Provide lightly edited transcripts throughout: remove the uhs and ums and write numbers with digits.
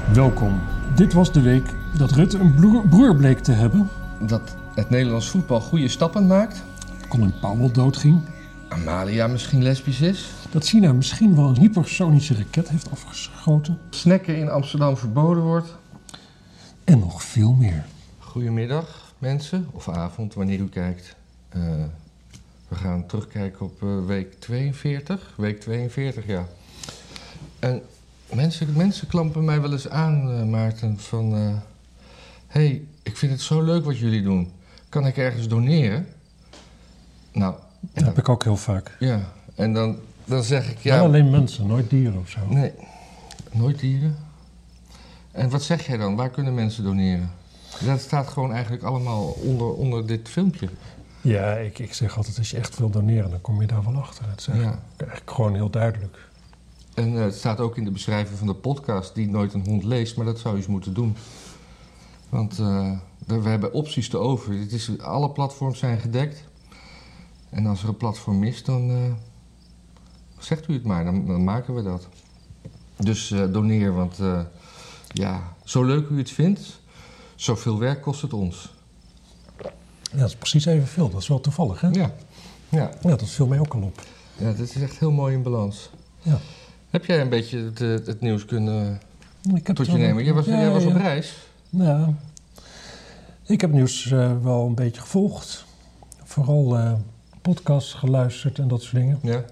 Welkom. Dit was de week dat Rutte een broer bleek te hebben. Dat het Nederlands voetbal goede stappen maakt. Colin Powell doodging. Amalia misschien lesbisch is. Dat China misschien wel een hypersonische raket heeft afgeschoten. Snacken in Amsterdam verboden wordt. En nog veel meer. Goedemiddag mensen, of avond wanneer u kijkt. We gaan terugkijken op week 42. Week 42, ja. En mensen klampen mij wel eens aan, Maarten, van... hey, ik vind het zo leuk wat jullie doen. Kan ik ergens doneren? Nou... Dat heb ik ook heel vaak. Ja, en dan zeg ik... ja. Wel alleen mensen, nooit dieren of zo. Nee, nooit dieren. En wat zeg jij dan? Waar kunnen mensen doneren? Dat staat gewoon eigenlijk allemaal onder dit filmpje. Ja, ik zeg altijd, als je echt wil doneren, dan kom je daar wel achter. Het is eigenlijk gewoon heel duidelijk. En het staat ook in de beschrijving van de podcast, die nooit een hond leest, maar dat zou je eens moeten doen. Want we hebben opties te over. Alle platforms zijn gedekt. En als er een platform mist, dan zegt u het maar, dan maken we dat. Dus doneer, want zo leuk u het vindt, zoveel werk kost het ons. Ja, dat is precies evenveel. Dat is wel toevallig, hè? Ja, dat viel mij ook al op. Ja, dat is echt heel mooi in balans. Ja. Heb jij een beetje het nieuws kunnen tot je nemen? Jij was op reis? Ja, ik heb nieuws wel een beetje gevolgd. Vooral podcasts geluisterd en dat soort dingen. Ja.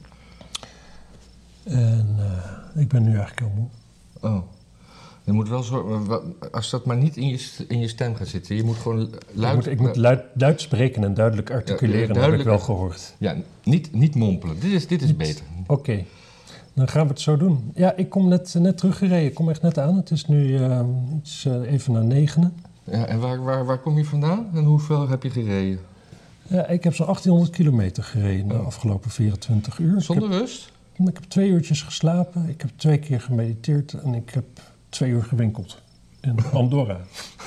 En ik ben nu eigenlijk heel moe. Oh. Je moet wel zorgen, als dat maar niet in je stem gaat zitten. Je moet gewoon luid... Ik moet luid spreken en duidelijk articuleren, dat heb ik wel gehoord. Ja, niet mompelen. Dit is beter. Oké, dan gaan we het zo doen. Ja, ik kom net teruggereden. Ik kom echt net aan. Het is nu even na 9. Ja, en waar kom je vandaan? En hoeveel heb je gereden? Ja, ik heb zo'n 1800 kilometer gereden de afgelopen 24 uur. Zonder rust? Ik heb 2 uurtjes geslapen. Ik heb 2 keer gemediteerd en ik heb 2 uur gewinkeld in Andorra.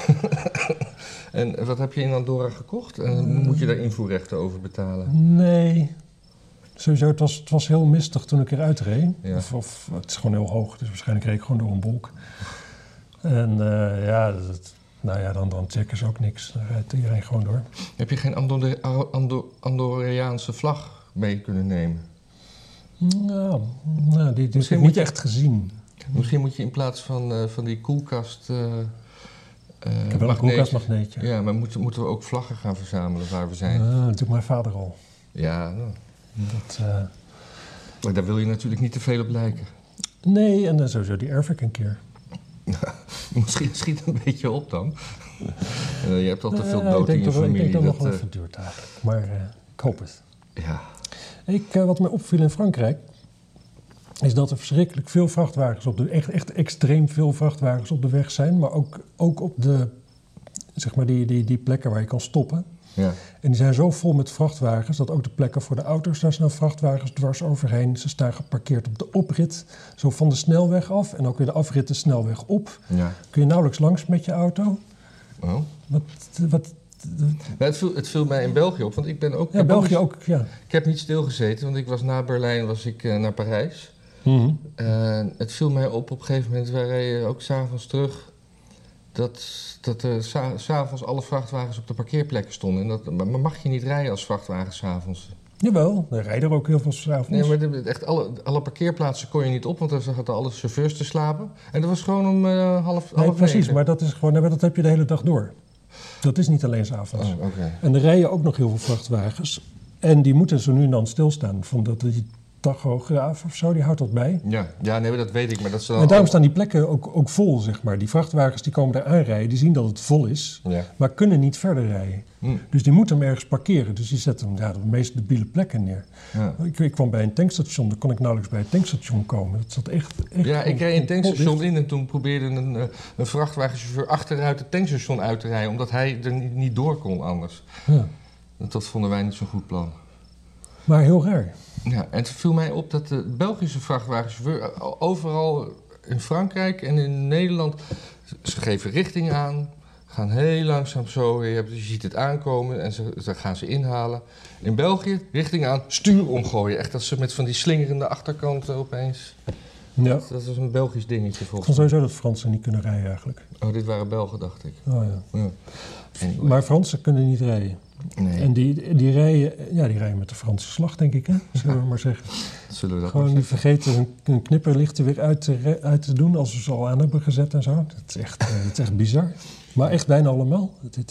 En wat heb je in Andorra gekocht? En moet je daar invoerrechten over betalen? Nee. Sowieso, het was heel mistig toen ik eruit reed. Ja. Of het is gewoon heel hoog, dus waarschijnlijk reed ik gewoon door een wolk. En dan checken ze ook niks. Dan rijdt iedereen gewoon door. Heb je geen Andorraanse vlag mee kunnen nemen? Nou, die heb ik niet echt gezien. Misschien moet je in plaats van die koelkast... ik heb wel een koelkastmagneetje. Ja, maar moeten we ook vlaggen gaan verzamelen waar we zijn? Dat doet mijn vader al. Ja, nou. Maar daar wil je natuurlijk niet te veel op lijken. Nee, en sowieso die erf ik een keer. Misschien schiet een beetje op dan. Je hebt al te veel dood in je familie. Ik denk dat nog wel even duurt eigenlijk. Maar ik hoop het. Ja. Wat mij opviel in Frankrijk... is dat er verschrikkelijk veel vrachtwagens echt extreem veel vrachtwagens op de weg zijn. Maar ook op de, zeg maar die plekken waar je kan stoppen. Ja. En die zijn zo vol met vrachtwagens dat ook de plekken voor de auto's, daar staan vrachtwagens dwars overheen. Ze staan geparkeerd op de oprit, zo van de snelweg af en ook weer de afrit de snelweg op. Ja. Kun je nauwelijks langs met je auto. Oh. Wat het viel mij in België op, want ik ben ook... Ja, België ook, ja. Ik heb niet stilgezeten, want ik was na Berlijn naar Parijs. Mm-hmm. Het viel mij op een gegeven moment, wij reden ook 's avonds terug... dat er 's avonds alle vrachtwagens op de parkeerplekken stonden. Maar mag je niet rijden als vrachtwagen 's avonds? Jawel, er rijden er ook heel veel 's avonds. Nee, maar echt alle parkeerplaatsen kon je niet op, want daar zaten alle chauffeurs te slapen. En dat was gewoon om half precies, 9. maar dat is gewoon, dat heb je de hele dag door. Dat is niet alleen 's avonds. Oh, okay. En er rijden ook nog heel veel vrachtwagens. En die moeten zo nu en dan stilstaan. Van die tachograaf of zo, die houdt dat bij. Ja, nee, dat weet ik. Maar dat is dan en daarom staan die plekken ook vol, zeg maar. Die vrachtwagens die komen daar aanrijden, die zien dat het vol is, maar kunnen niet verder rijden. Dus die moeten hem ergens parkeren. Dus die zetten hem de meest debiele plekken neer. Ja. Ik kwam bij een tankstation, dan kon ik nauwelijks bij het tankstation komen. Dat zat echt ja, ik reed een tankstation in en toen probeerde een vrachtwagenchauffeur achteruit het tankstation uit te rijden, omdat hij er niet door kon anders. Ja. Dat vonden wij niet zo'n goed plan. Maar heel raar. Ja, en het viel mij op dat de Belgische vrachtwagenchauffeur overal in Frankrijk en in Nederland, ze geven richting aan, gaan heel langzaam zo, je ziet het aankomen en ze gaan ze inhalen. In België, richting aan, stuur omgooien. Echt als ze met van die slingerende achterkanten opeens Ja. Dat is een Belgisch dingetje Ik volgens vond sowieso dat Fransen niet kunnen rijden eigenlijk. mij. Oh, dit waren Belgen, dacht ik. Oh, ja. Ja. Anyway. Maar Fransen kunnen niet rijden. Nee, En die rijden met de Franse slag, denk ik, hè? Zullen we maar zeggen. zullen we dat Gewoon maar niet zeggen? vergeten hun knipperlichten weer uit te doen als we ze al aan hebben gezet en zo. Dat is echt bizar. Maar echt bijna allemaal.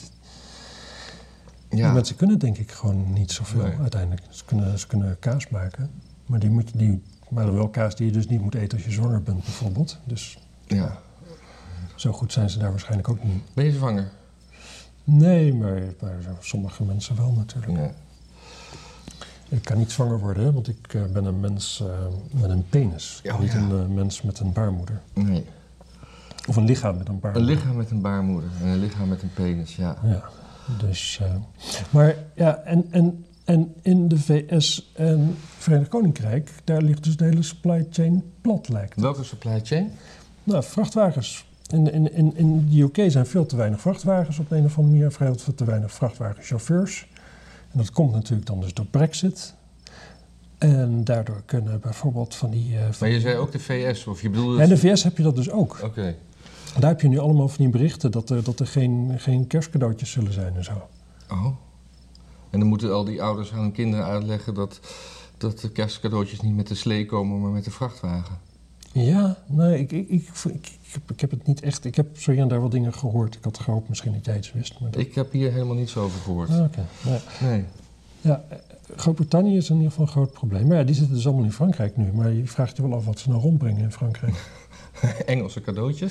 Die Ja, mensen kunnen denk ik gewoon niet zoveel uiteindelijk. Ze kunnen kaas maken. Maar wel kaas die je dus niet moet eten als je zwanger bent bijvoorbeeld. Dus ja. zo goed zijn ze daar waarschijnlijk ook niet. Ben je zwanger? Nee, maar sommige mensen wel natuurlijk. Ja. Ik kan niet zwanger worden, hè, want ik ben een mens met een penis. Oh, niet ja. een mens met een baarmoeder. Nee. Of een lichaam met een Een baarmoeder. lichaam met een baarmoeder en een lichaam met een penis, ja. Ja, dus... maar ja, en in de VS en Verenigd Koninkrijk, daar ligt dus de hele supply chain plat, lijkt het. Welke supply chain? Nou, vrachtwagens. In de UK zijn veel te weinig vrachtwagens op de een of andere manier. Veel te weinig vrachtwagenchauffeurs. En dat komt natuurlijk dan dus door Brexit. En daardoor kunnen bijvoorbeeld van die... Maar je zei ook de VS, of je bedoelde... Ja, in de VS heb je dat dus ook. Oké. Daar heb je nu allemaal van die berichten dat er geen kerstcadeautjes zullen zijn en zo. Oh. En dan moeten al die ouders aan hun kinderen uitleggen dat de kerstcadeautjes niet met de slee komen, maar met de vrachtwagen. Ja, nee, ik heb het niet echt... Ik heb zo hier en daar wel dingen gehoord. Ik had gehoopt misschien dat jij iets wist. Maar dat... Ik heb hier helemaal niets over gehoord. Ah, oké. Ja. Nee. Ja, Groot-Brittannië is in ieder geval een groot probleem. Maar ja, die zitten dus allemaal in Frankrijk nu. Maar je vraagt je wel af wat ze nou rondbrengen in Frankrijk. Engelse cadeautjes.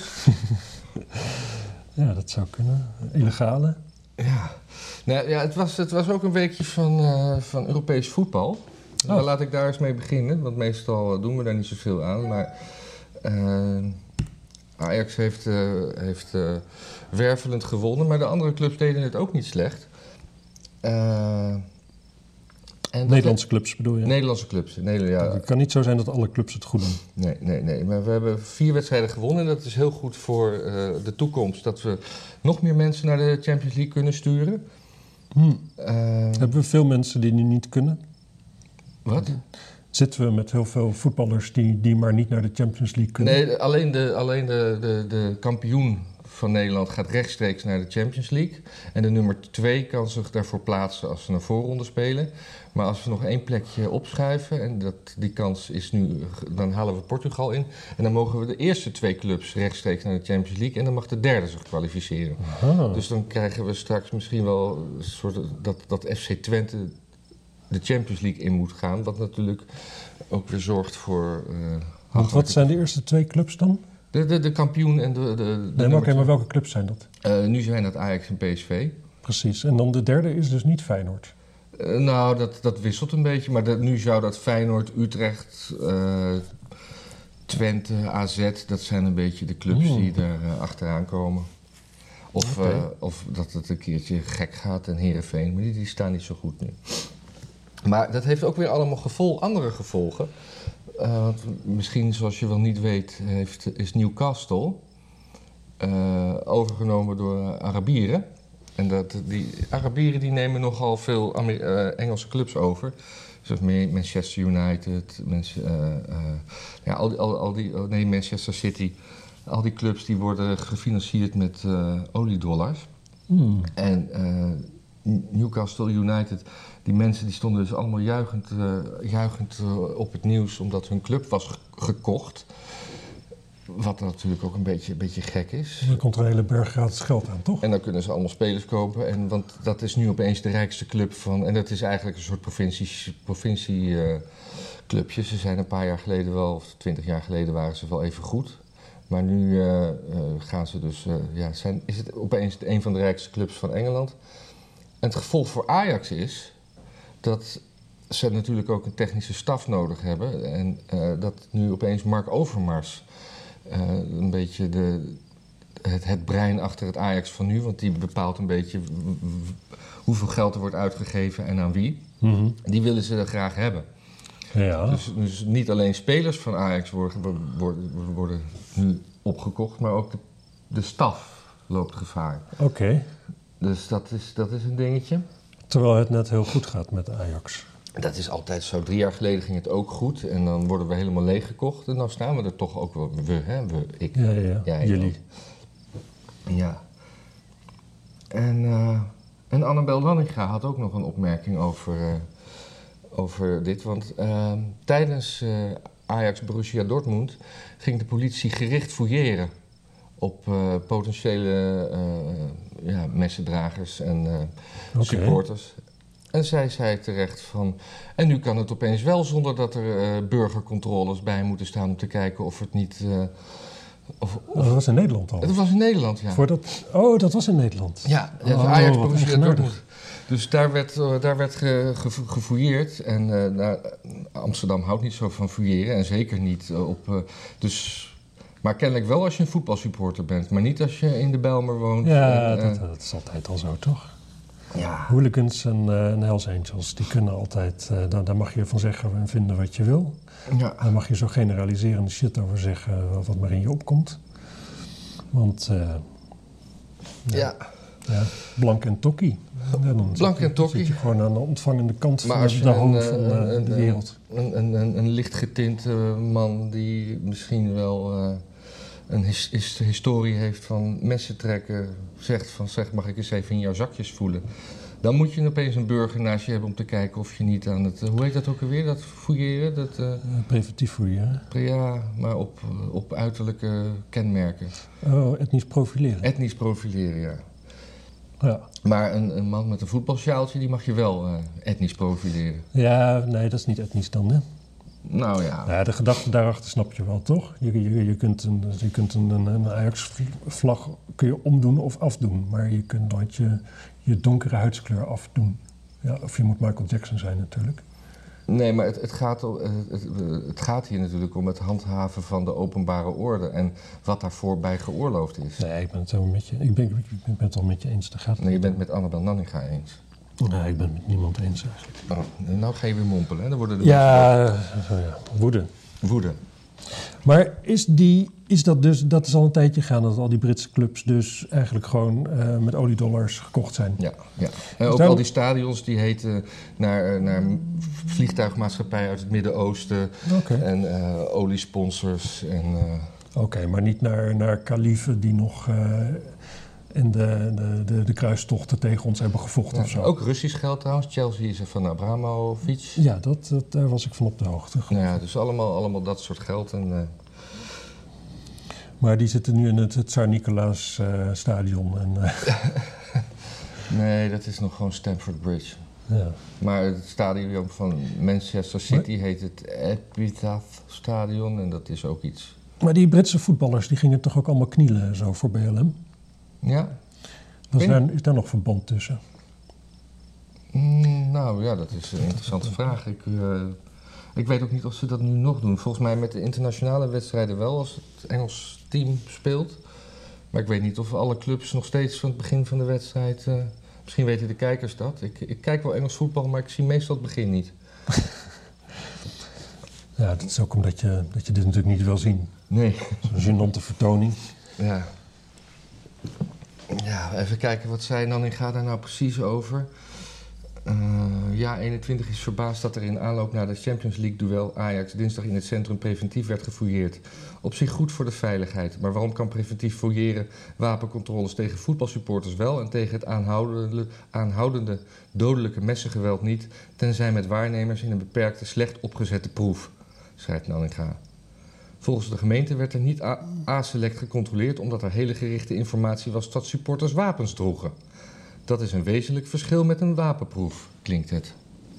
Ja, dat zou kunnen. Illegale. Ja. Nou, ja, het was ook een weekje van Europees voetbal. Nou, laat ik daar eens mee beginnen, want meestal doen we daar niet zoveel aan. Maar Ajax heeft wervelend gewonnen, maar de andere clubs deden het ook niet slecht. Nederlandse clubs bedoel je? Nederlandse clubs. Ja. Het kan niet zo zijn dat alle clubs het goed doen. Nee. Maar we hebben 4 wedstrijden gewonnen en dat is heel goed voor de toekomst. Dat we nog meer mensen naar de Champions League kunnen sturen. Hebben we veel mensen die nu niet kunnen? Wat? Zitten we met heel veel voetballers die maar niet naar de Champions League kunnen? Nee, alleen de kampioen van Nederland gaat rechtstreeks naar de Champions League. En de nummer 2 kan zich daarvoor plaatsen als ze een voorronde spelen. Maar als we nog 1 plekje opschuiven, en die kans is nu, dan halen we Portugal in. En dan mogen we de eerste 2 clubs rechtstreeks naar de Champions League. En dan mag de derde zich kwalificeren. Aha. Dus dan krijgen we straks misschien wel een soort dat FC Twente de Champions League in moet gaan. Wat natuurlijk ook weer zorgt voor... Want wat zijn de eerste 2 clubs dan? De kampioen en maar welke clubs zijn dat? Nu zijn dat Ajax en PSV. Precies. En dan de derde is dus niet Feyenoord. Nou, dat wisselt een beetje. Maar nu zou dat Feyenoord, Utrecht, Twente, AZ... dat zijn een beetje de clubs die er achteraan komen. Of dat het een keertje gek gaat en Heerenveen. Maar die staan niet zo goed nu. Maar dat heeft ook weer allemaal andere gevolgen. Want misschien, zoals je wel niet weet, is Newcastle overgenomen door Arabieren. En die Arabieren die nemen nogal veel Engelse clubs over. Zoals Manchester United, Manchester City. Al die clubs die worden gefinancierd met oliedollars. En Newcastle United, die mensen die stonden dus allemaal juichend op het nieuws omdat hun club was gekocht. Wat natuurlijk ook een beetje gek is. Dan komt er een hele berg gratis geld aan, toch? En dan kunnen ze allemaal spelers kopen. Want dat is nu opeens de rijkste club van... En dat is eigenlijk een soort provincieclubje. Ze zijn een paar jaar geleden wel, of 20 jaar geleden waren ze wel even goed. Maar nu gaan ze dus... is het opeens een van de rijkste clubs van Engeland. En het gevolg voor Ajax is dat ze natuurlijk ook een technische staf nodig hebben. En dat nu opeens Mark Overmars een beetje het brein achter het Ajax van nu... want die bepaalt een beetje hoeveel geld er wordt uitgegeven en aan wie. Mm-hmm. Die willen ze graag hebben. Ja. Dus niet alleen spelers van Ajax worden nu opgekocht... maar ook de staf loopt gevaar. Oké. Dus dat is een dingetje. Terwijl het net heel goed gaat met Ajax. Dat is altijd zo. 3 jaar geleden ging het ook goed. En dan worden we helemaal leeggekocht. En dan staan we er toch ook wel. Ik. Ja, jullie. Ja. En Annabel Nanninga had ook nog een opmerking over dit. Want tijdens Ajax Borussia Dortmund ging de politie gericht fouilleren op potentiële messendragers en supporters. En zij zei terecht van... En nu kan het opeens wel zonder dat er burgercontroles bij moeten staan om te kijken of het niet... dat was in Nederland al? Dat was in Nederland, ja. Dat was in Nederland? Ja, Ajax Borussia Dortmund. Dus daar werd gefouilleerd. En Amsterdam houdt niet zo van fouilleren. En zeker niet maar kennelijk wel als je een voetbalsupporter bent. Maar niet als je in de Bijlmer woont. Ja, dat is altijd al zo, toch? Ja. Hooligans en Hells Angels, die kunnen altijd... daar mag je van zeggen en vinden wat je wil. Ja. Daar mag je zo generaliserende shit over zeggen wat maar in je opkomt. Want... blank en tokkie. Blank en tokkie. Dan zit je gewoon aan de ontvangende kant van de hoofd van de wereld. Een lichtgetinte man die misschien wel een historie heeft van messen trekken, zegt van mag ik eens even in jouw zakjes voelen. Dan moet je opeens een burger naast je hebben om te kijken of je niet aan het... Hoe heet dat ook alweer, dat fouilleren? Preventief fouilleren. Ja, maar op uiterlijke kenmerken. Oh, etnisch profileren. Etnisch profileren, ja. Ja. Maar een man met een voetbalsjaaltje, die mag je wel etnisch profileren. Ja, nee, dat is niet etnisch dan, hè? Nou ja. Ja, de gedachte daarachter snap je wel, toch? Je kunt een Ajax-vlag kun je omdoen of afdoen. Maar je kunt nooit je donkere huidskleur afdoen. Ja, of je moet Michael Jackson zijn natuurlijk. Nee, maar het gaat hier natuurlijk om het handhaven van de openbare orde en wat daarvoor bij geoorloofd is. Nee, ik ben het wel met je, ik ben het wel met je eens. Nee, je bent het met Annabel Nanninga eens. Nee, ik ben het met niemand eens eigenlijk. Oh, nou ga je weer mompelen, hè? Dan worden woede. Maar is dat dus, dat is al een tijdje gaan, dat al die Britse clubs dus eigenlijk gewoon met oliedollars gekocht zijn? Ja. En ook al die stadions die heten naar vliegtuigmaatschappijen uit het Midden-Oosten en oliesponsors. Oké, maar niet naar kaliefen die nog in de kruistochten tegen ons hebben gevochten of zo? Ook Russisch geld trouwens. Chelsea is er van Abramovic. Ja, daar was ik van op de hoogte. Ja, dus allemaal dat soort geld. Maar die zitten nu in het Tsar-Nicolaas stadion. Nee, dat is nog gewoon Stamford Bridge. Ja. Maar het stadion van Manchester City heet het Epitaph Stadion en dat is ook iets. Maar die Britse voetballers die gingen toch ook allemaal knielen zo voor BLM? Ja. Is daar nog verband tussen? Nou ja, dat is een interessante vraag. Ik weet ook niet of ze dat nu nog doen. Volgens mij met de internationale wedstrijden wel, als het Engels team speelt. Maar ik weet niet of alle clubs nog steeds van het begin van de wedstrijd... misschien weten de kijkers dat. Ik kijk wel Engels voetbal, maar ik zie meestal het begin niet. Ja, dat is ook omdat je dit natuurlijk niet wil zien. Nee. Zo'n gênante vertoning. Ja. Ja, even kijken wat zei Nanninga daar nou precies over. 21 is verbaasd dat er in aanloop naar de Champions League-duel Ajax dinsdag in het centrum preventief werd gefouilleerd. Op zich goed voor de veiligheid, maar waarom kan preventief fouilleren wapencontroles tegen voetbalsupporters wel en tegen het aanhoudende dodelijke messengeweld niet, tenzij met waarnemers in een beperkte, slecht opgezette proef, schrijft Nanninga. Volgens de gemeente werd er niet aselect gecontroleerd omdat er hele gerichte informatie was dat supporters wapens droegen. Dat is een wezenlijk verschil met een wapenproef, klinkt het.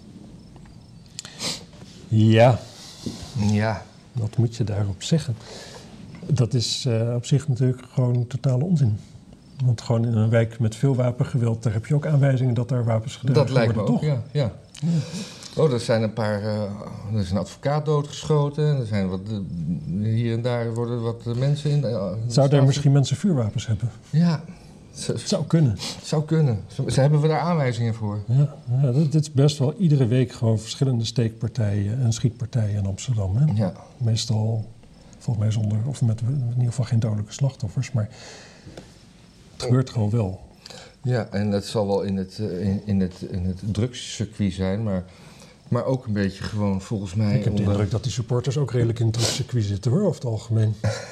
Ja. Ja. Wat moet je daarop zeggen? Dat is op zich natuurlijk gewoon totale onzin. Want gewoon in een wijk met veel wapengeweld, daar heb je ook aanwijzingen dat daar wapens gedragen worden, toch? Dat lijkt me ook, toch? ja. Oh, er zijn er is een advocaat doodgeschoten. Er zijn hier en daar worden wat mensen in... Zouden er misschien mensen vuurwapens hebben? Ja. Zou kunnen. Zou kunnen. Ze hebben we daar aanwijzingen voor. Ja, dit is best wel iedere week gewoon verschillende steekpartijen en schietpartijen in Amsterdam. Hè? Ja. Meestal, volgens mij zonder, of met in ieder geval geen dodelijke slachtoffers, maar het gebeurt gewoon wel. Ja, en dat zal wel in het drugscircuit zijn, maar Maar ook een beetje gewoon volgens mij... Ik heb de indruk dat die supporters ook redelijk in het circuit zitten hoor, over het algemeen.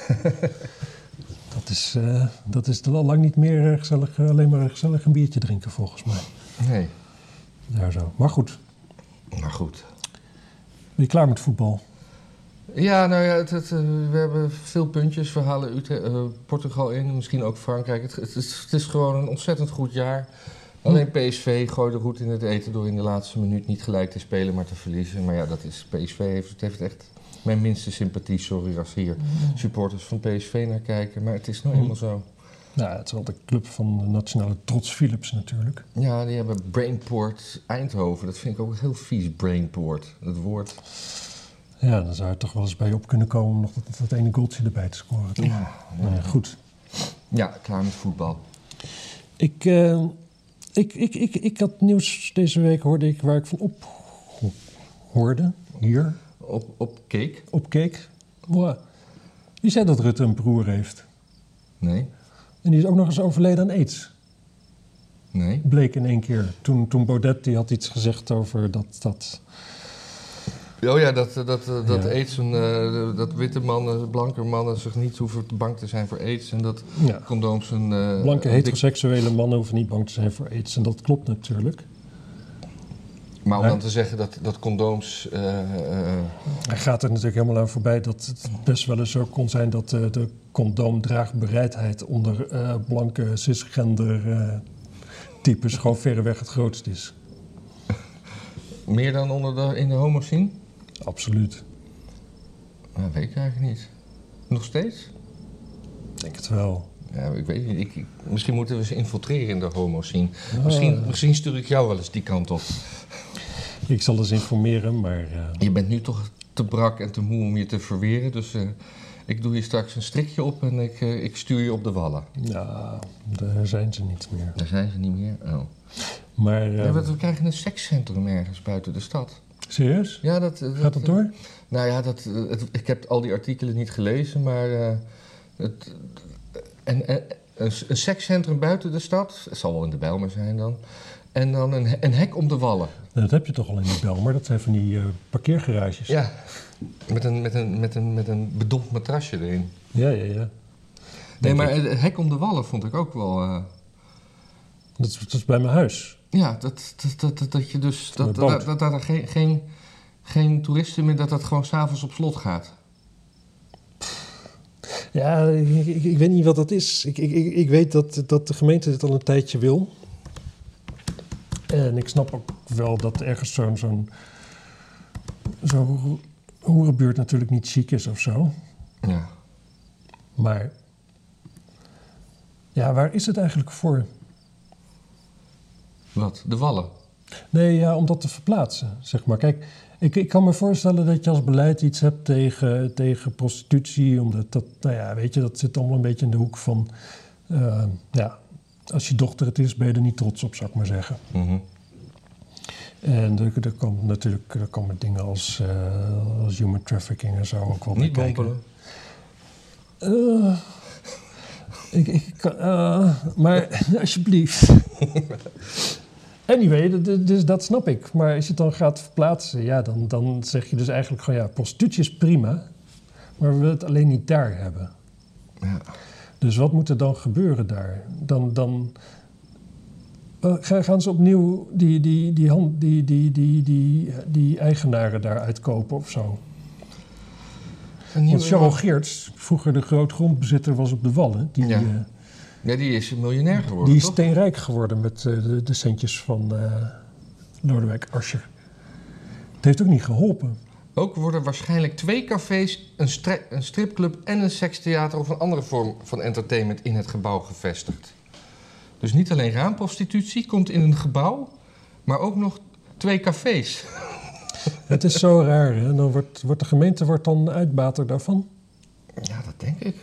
Dat is al lang niet meer gezellig, alleen maar gezellig een biertje drinken volgens mij. Nee. Daar zo. Maar goed. Ben je klaar met voetbal? Ja, nou ja, we hebben veel puntjes. We halen Portugal in, misschien ook Frankrijk. Het is gewoon een ontzettend goed jaar. Alleen PSV gooide goed in het eten door in de laatste minuut niet gelijk te spelen, maar te verliezen. Maar ja, PSV heeft echt mijn minste sympathie. Sorry als hier supporters van PSV naar kijken, maar het is nou eenmaal zo. Nou, het is wel de club van de nationale trots Philips natuurlijk. Ja, die hebben Brainport Eindhoven. Dat vind ik ook een heel vies, Brainport, het woord. Ja, dan zou je toch wel eens bij je op kunnen komen om nog dat ene goaltje erbij te scoren. Toch? Ja. Nou ja, goed. Ja, klaar met voetbal. Ik had nieuws deze week, hoorde ik, waar ik van op hoorde. Hier. Op keek. Wow. Wie zei dat Rutte een broer heeft? Nee. En die is ook nog eens overleden aan aids. Nee. Bleek in één keer. Toen Baudet, die had iets gezegd over dat... Oh ja, dat aids, dat witte mannen, blanke mannen zich niet hoeven bang te zijn voor aids. En dat condooms een... blanke heteroseksuele mannen hoeven niet bang te zijn voor aids. En dat klopt natuurlijk. Maar om dan te zeggen dat condooms... Hij gaat er natuurlijk helemaal aan voorbij dat het best wel eens zo kon zijn dat de condoomdraagbereidheid onder blanke cisgender types gewoon verreweg het grootst is. Meer dan in de homoscene? Absoluut. Nou, weet ik eigenlijk niet. Nog steeds? Ik denk het wel. Ja, ik weet niet. Misschien moeten we ze infiltreren in de homoscene. Misschien stuur ik jou wel eens die kant op. Ik zal eens informeren, maar... Je bent nu toch te brak en te moe om je te verweren. Dus ik doe je straks een strikje op en ik stuur je op de wallen. Ja, daar zijn ze niet meer. Daar zijn ze niet meer? Oh. Maar... we krijgen een sekscentrum ergens buiten de stad. Serieus? Ja, gaat dat door? Nou ja, ik heb al die artikelen niet gelezen, maar... een sekscentrum buiten de stad, het zal wel in de Bijlmer zijn dan... En dan een hek om de wallen. Dat heb je toch al in de Bijlmer, dat zijn van die parkeergarages. Ja, met een bedompt matrasje erin. Ja. Nee, maar het hek om de wallen vond ik ook wel... Dat is bij mijn huis. Ja, dat je dus... Dat er geen toeristen meer... Dat gewoon 's avonds op slot gaat. Ja, ik weet niet wat dat is. Ik weet dat de gemeente dit al een tijdje wil. En ik snap ook wel dat ergens zo'n hoerenbuurt natuurlijk niet chic is of zo. Ja. Maar... Ja, waar is het eigenlijk voor? Wat? De wallen? Nee, ja, om dat te verplaatsen, zeg maar. Kijk, ik kan me voorstellen dat je als beleid iets hebt tegen prostitutie. Omdat dat, nou ja, weet je, dat zit allemaal een beetje in de hoek van... als je dochter het is, ben je er niet trots op, zou ik maar zeggen. Mm-hmm. En er komen dingen als human trafficking en zo ook wel bij kijken. Maar alsjeblieft. Anyway, dus dat snap ik. Maar als je het dan gaat verplaatsen, ja, dan zeg je dus eigenlijk gewoon... ja, prostitutie is prima, maar we willen het alleen niet daar hebben. Ja. Dus wat moet er dan gebeuren daar? Dan gaan ze opnieuw die eigenaren daar uitkopen of zo? Want Charles Geerts, vroeger de grootgrondbezitter was op de Wallen... die is een miljonair geworden, die is toch? steenrijk geworden met de centjes van Lodewijk Asscher. Het heeft ook niet geholpen. Ook worden waarschijnlijk 2 cafés, een stripclub en een sekstheater... of een andere vorm van entertainment in het gebouw gevestigd. Dus niet alleen raamprostitutie komt in een gebouw... maar ook nog 2 cafés. Het is zo raar, hè? Dan wordt de gemeente dan uitbater daarvan? Ja, dat denk ik.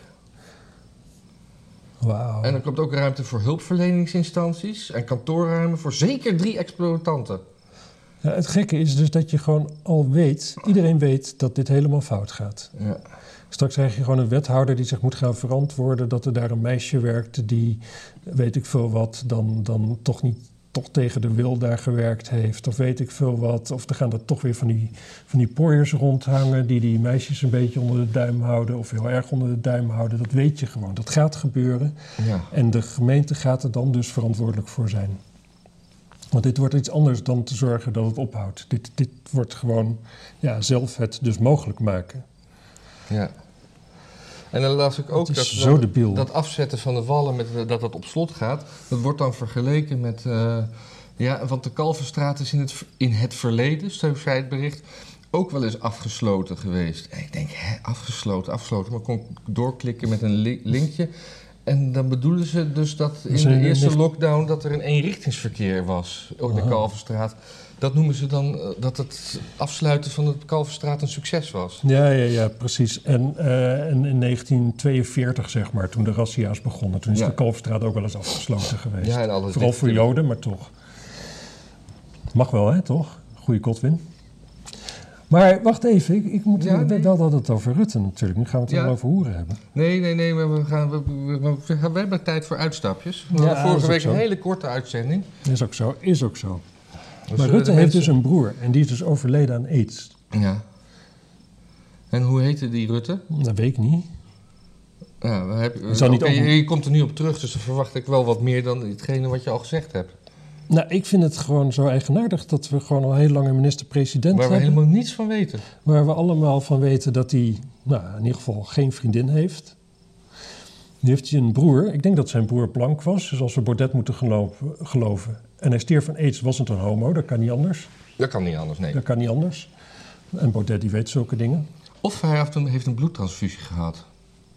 Wauw. En er komt ook ruimte voor hulpverleningsinstanties... en kantoorruimte voor zeker 3 exploitanten. Ja, het gekke is dus dat je gewoon al weet... iedereen weet dat dit helemaal fout gaat. Ja. Straks krijg je gewoon een wethouder die zich moet gaan verantwoorden... dat er daar een meisje werkt die, weet ik veel wat... dan toch niet toch tegen de wil daar gewerkt heeft, of weet ik veel wat. Of er gaan er toch weer van die pooiers rondhangen die meisjes een beetje onder de duim houden, of heel erg onder de duim houden. Dat weet je gewoon, dat gaat gebeuren. Ja. En de gemeente gaat er dan dus verantwoordelijk voor zijn. Want dit wordt iets anders dan te zorgen dat het ophoudt. Dit wordt gewoon zelf het dus mogelijk maken. Ja. En dan las ik ook dat afzetten van de wallen, dat op slot gaat. Dat wordt dan vergeleken met... want de Kalverstraat is in het verleden, zo zei het bericht, ook wel eens afgesloten geweest. En ik denk, afgesloten. Maar kon ik doorklikken met een linkje. En dan bedoelen ze dus dat in de eerste lockdown dat er een eenrichtingsverkeer was op de Kalverstraat. Dat noemen ze dan dat het afsluiten van de Kalverstraat een succes was. Ja, precies. En in 1942, zeg maar, toen de razzia's begonnen, toen is de Kalverstraat ook wel eens afgesloten geweest. Ja, en vooral voor Joden, maar toch. Mag wel, hè, toch? Goeie Godwin. Maar wacht even, ik moet wel het over Rutte natuurlijk. Nu gaan we het wel over hoeren hebben. Nee, maar we hebben tijd voor uitstapjes. We hadden vorige week een hele korte uitzending. Is ook zo. Maar Rutte heeft dus een broer en die is dus overleden aan AIDS. Ja. En hoe heette die Rutte? Dat weet ik niet. Ja, je komt er nu op terug, dus dan verwacht ik wel wat meer dan hetgene wat je al gezegd hebt. Nou, ik vind het gewoon zo eigenaardig dat we gewoon al heel lang een minister-president hebben. Waar we helemaal niets van weten. Waar we allemaal van weten dat hij, in ieder geval geen vriendin heeft. Nu heeft hij een broer. Ik denk dat zijn broer blank was. Dus als we Baudet moeten geloven. En hij stierf van AIDS, was het een homo. Dat kan niet anders. Dat kan niet anders, nee. Dat kan niet anders. En Baudet die weet zulke dingen. Of hij heeft een bloedtransfusie gehad.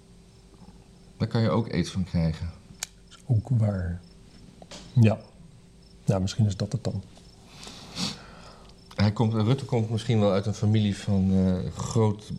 Daar kan je ook AIDS van krijgen. Dat is ook waar. Ja. Nou, misschien is dat het dan. Rutte komt misschien wel uit een familie van groot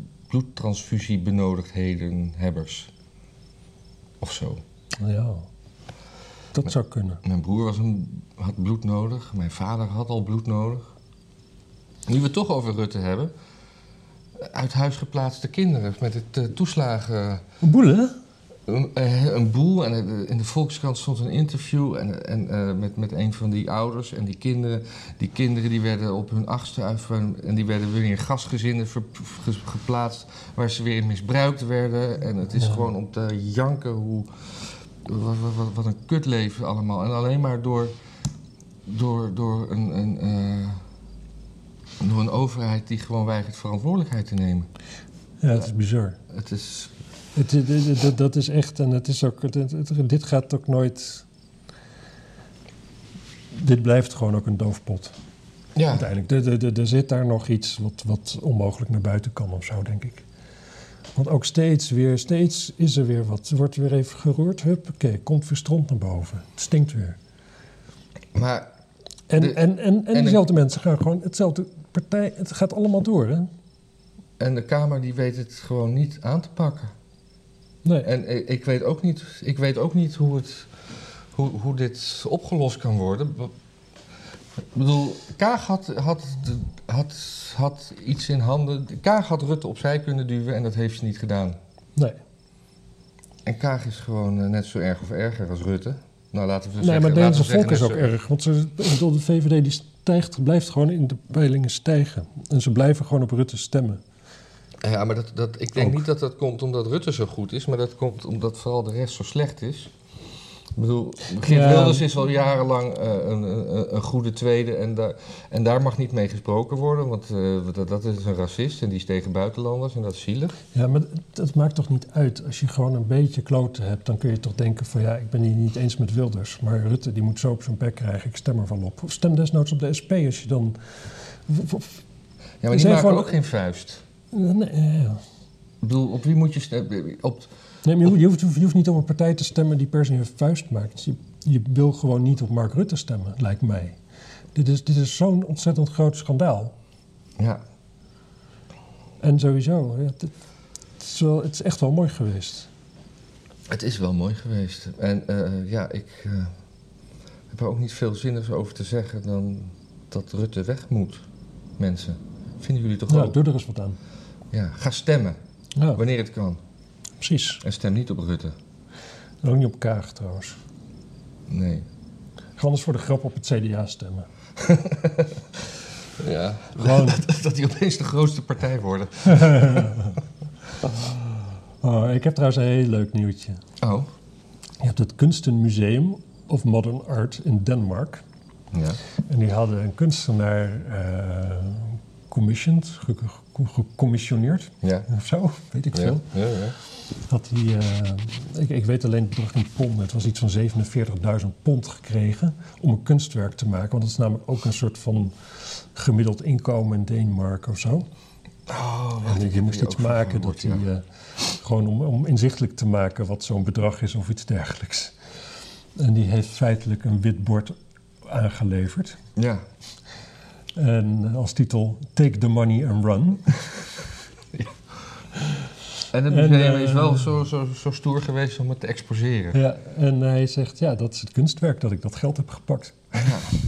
bloedtransfusiebenodigdheidenhebbers. Of zo. Ja, dat zou kunnen. Mijn broer had bloed nodig. Mijn vader had al bloed nodig. Nu we het toch over Rutte hebben. Uit huis geplaatste kinderen met het toeslagen... Een boel, hè? Een boel. En in de Volkskrant stond een interview met een van die ouders. En die kinderen die werden op hun 8e en die werden weer in gastgezinnen geplaatst. Waar ze weer misbruikt werden. En het is gewoon om te janken wat een kutleven allemaal. En alleen maar door een overheid die gewoon weigert verantwoordelijkheid te nemen. Ja, het is bizar. Het is... Dat is echt, en het is ook, dit gaat ook nooit... Dit blijft gewoon ook een doofpot. Ja. Uiteindelijk. Er zit daar nog iets wat onmogelijk naar buiten kan of zo, denk ik. Want ook steeds is er weer wat. Er wordt weer even geroerd, huppakee, komt weer stront naar boven. Het stinkt weer. Maar... En diezelfde mensen gaan gewoon, hetzelfde partij, het gaat allemaal door, hè? En de Kamer die weet het gewoon niet aan te pakken. Nee. En ik weet ook niet hoe dit opgelost kan worden. Ik bedoel, Kaag had iets in handen. Kaag had Rutte opzij kunnen duwen en dat heeft ze niet gedaan. Nee. En Kaag is gewoon net zo erg of erger als Rutte. Nou, laten we zeggen... Nee, maar het Nederlandse volk is ook erg. Want de VVD die blijft gewoon in de peilingen stijgen. En ze blijven gewoon op Rutte stemmen. Ja, maar ik denk niet dat dat komt omdat Rutte zo goed is, maar dat komt omdat vooral de rest zo slecht is. Ik bedoel, Geert Wilders is al jarenlang een goede tweede en daar mag niet mee gesproken worden, want dat is een racist en die is tegen buitenlanders en dat is zielig. Ja, maar dat maakt toch niet uit. Als je gewoon een beetje kloten hebt, dan kun je toch denken van ik ben hier niet eens met Wilders, maar Rutte die moet zo op zijn bek krijgen, ik stem er wel op. Of stem desnoods op de SP als je dan... Ja, maar die maken ook geen vuist. Nee, ja. Ik bedoel, op wie moet je stemmen? Nee, maar je hoeft niet op een partij te stemmen die per se een vuist maakt. Je wil gewoon niet op Mark Rutte stemmen, lijkt mij. Dit is zo'n ontzettend groot schandaal. Ja. En sowieso, het is echt wel mooi geweest. Het is wel mooi geweest. En ik heb er ook niet veel zinnigs over te zeggen dan dat Rutte weg moet, mensen. Vinden jullie toch ook? Ja, doe er eens wat aan. Ja, ga stemmen. Ja. Wanneer het kan. Precies. En stem niet op Rutte. En ook niet op Kaag trouwens. Nee. Ga anders voor de grap op het CDA stemmen. Ja, Gewoon... dat die opeens de grootste partij worden. Ik heb trouwens een heel leuk nieuwtje. Oh. Je hebt het Kunstenmuseum of Modern Art in Denemarken. Ja. En die hadden een kunstenaar gecommissioneerd. Ja. Of zo, weet ik veel. Ja. Had hij, ik weet alleen het bedrag in pond. Het was iets van 47.000 pond gekregen om een kunstwerk te maken. Want dat is namelijk ook een soort van gemiddeld inkomen in Denemarken of zo. En je moest iets maken dat hij, gewoon om inzichtelijk te maken wat zo'n bedrag is of iets dergelijks. En die heeft feitelijk een wit bord aangeleverd. Ja. En als titel Take the Money and Run. Ja. En het museum is wel zo stoer geweest om het te exposeren. Ja, en hij zegt, ja, dat is het kunstwerk dat ik dat geld heb gepakt. Ja.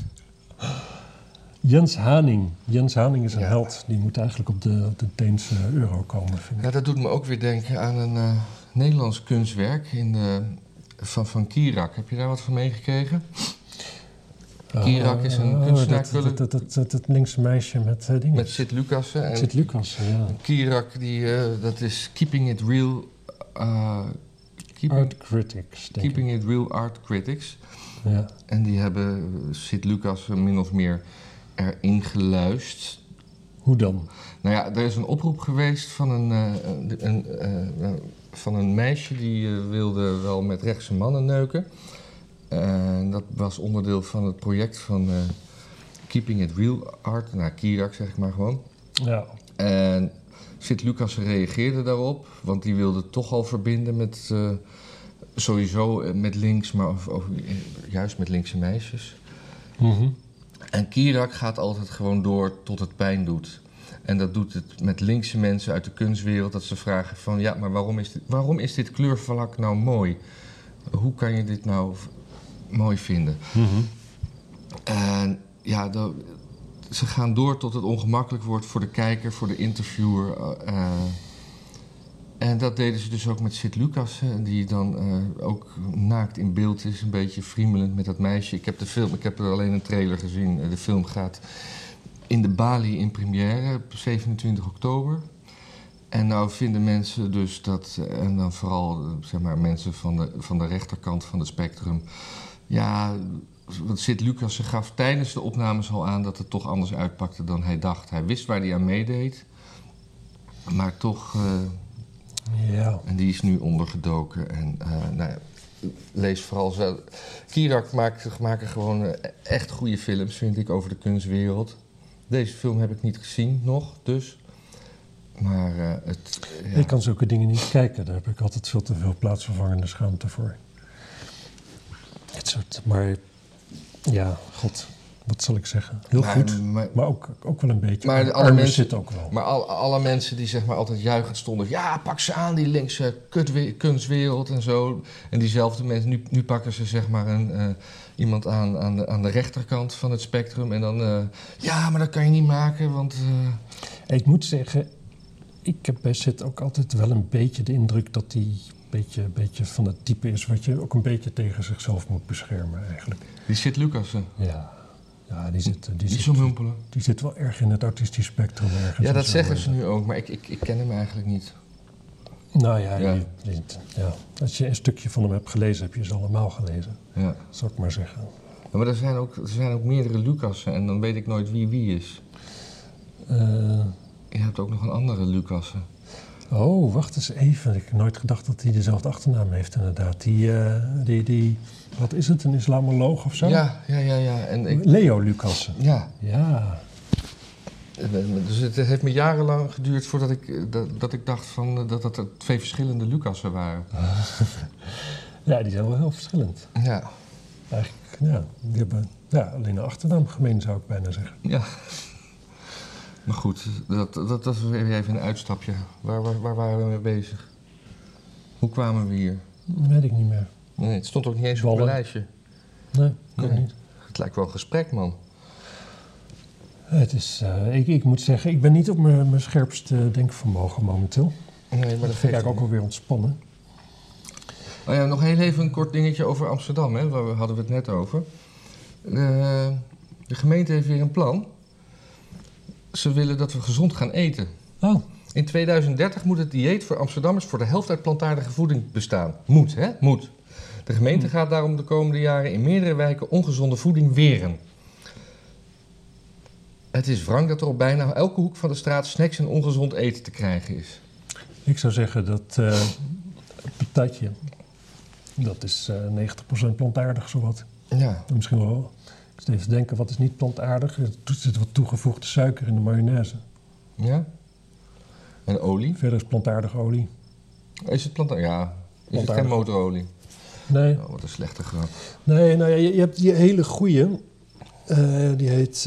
Jens Haning. Jens Haning is een held. Die moet eigenlijk op de Deense euro komen, vind ik. Ja, dat doet me ook weer denken aan een Nederlands kunstwerk van Kierak. Heb je daar wat van meegekregen? Kierak is een kunstenaar. Dat linkse meisje met dingen. Met Sid Lucassen. Sid Lucassen, ja. Kierak, dat is Keeping It Real... Art Critics. Keeping It Real Art Critics. Ja. En die hebben Sid Lucassen min of meer erin geluisterd. Hoe dan? Nou ja, er is een oproep geweest van een meisje die wilde wel met rechtse mannen neuken. Dat was onderdeel van het project van Keeping It Real Art. Nou, Kierak zeg ik maar gewoon. Ja. En Sid Lucassen reageerde daarop, want die wilde toch al verbinden met... sowieso met links, maar juist met linkse meisjes. Mm-hmm. En Kierak gaat altijd gewoon door tot het pijn doet. En dat doet het met linkse mensen uit de kunstwereld. Dat ze vragen van, ja, maar waarom is dit kleurvlak nou mooi? Hoe kan je dit nou mooi vinden? Mm-hmm. En ja, ze gaan door tot het ongemakkelijk wordt voor de kijker, voor de interviewer. En dat deden ze dus ook met Sid Lucassen, die dan ook naakt in beeld is, een beetje friemelend met dat meisje. Ik heb er alleen een trailer gezien. De film gaat in de Bali in première op 27 oktober. En nou vinden mensen dus dat, en dan vooral zeg maar mensen van de rechterkant van het spectrum, ja, want Sid Lucassen gaf tijdens de opnames al aan dat het toch anders uitpakte dan hij dacht. Hij wist waar hij aan meedeed, maar toch... Ja. En die is nu ondergedoken. En nou ja, lees vooral zo. Kierak maken gewoon echt goede films, vind ik, over de kunstwereld. Deze film heb ik niet gezien nog, dus. Maar ja. Ik kan zulke dingen niet kijken. Daar heb ik altijd veel te veel plaatsvervangende schaamte voor. Maar ja, god, wat zal ik zeggen? Heel goed, maar ook wel een beetje. Maar alle mensen zitten ook wel. Maar alle mensen die zeg maar altijd juichend stonden, ja, pak ze aan, die linkse kunstwereld en zo. En diezelfde mensen, nu pakken ze zeg maar iemand aan de rechterkant van het spectrum. En dan, ja, maar dat kan je niet maken, want... Ik moet zeggen, ik heb bij Sid ook altijd wel een beetje de indruk dat hij een beetje van het type is wat je ook een beetje tegen zichzelf moet beschermen eigenlijk. Die Sid Lucassen. Ja, die zit zo mumpelen. Die zit wel erg in het artistisch spectrum ergens. Ja, dat zeggen ze nu ook, maar ik ken hem eigenlijk niet. Nou ja, als je een stukje van hem hebt gelezen, heb je ze allemaal gelezen. Ja. Zal ik maar zeggen. Ja, maar er zijn ook meerdere Lucassen en dan weet ik nooit wie is. Je hebt ook nog een andere Lucassen. Oh, wacht eens even. Ik heb nooit gedacht dat hij dezelfde achternaam heeft inderdaad. Die wat is het, een islamoloog of zo? Ja. En Leo Lucassen. Ja. Dus het heeft me jarenlang geduurd voordat ik dacht van, dat er twee verschillende Lucassen waren. Ja, die zijn wel heel verschillend. Ja. Eigenlijk, ja. Die hebben alleen een achternaam gemeen, zou ik bijna zeggen. Ja. Maar goed, dat was weer even een uitstapje. Waar waren we mee bezig? Hoe kwamen we hier? Weet ik niet meer. Nee, het stond ook niet eens op mijn lijstje. Nee, niet. Het lijkt wel een gesprek, man. Het is, ik moet zeggen, ik ben niet op mijn scherpste denkvermogen momenteel. Nee, maar dat vind ik eigenlijk ook wel weer ontspannen. Oh ja, nog heel even een kort dingetje over Amsterdam, hè? Daar hadden we het net over. De gemeente heeft weer een plan. Ze willen dat we gezond gaan eten. Oh. In 2030 moet het dieet voor Amsterdammers voor de helft uit plantaardige voeding bestaan. Moet, hè? Moet. De gemeente gaat daarom de komende jaren in meerdere wijken ongezonde voeding weren. Het is wrang dat er op bijna elke hoek van de straat snacks en ongezond eten te krijgen is. Ik zou zeggen dat patatje, dat is 90% plantaardig zowat. Ja. Misschien wel. Ik zit even te denken, wat is niet plantaardig? Er zit wat toegevoegde suiker in de mayonaise. Ja. En olie? Verder is plantaardige olie. Is het plantaardig? Ja. Is het geen motorolie? Nee. Oh, wat een slechte grap. Nee, nou ja, je hebt die hele goeie. Die heet...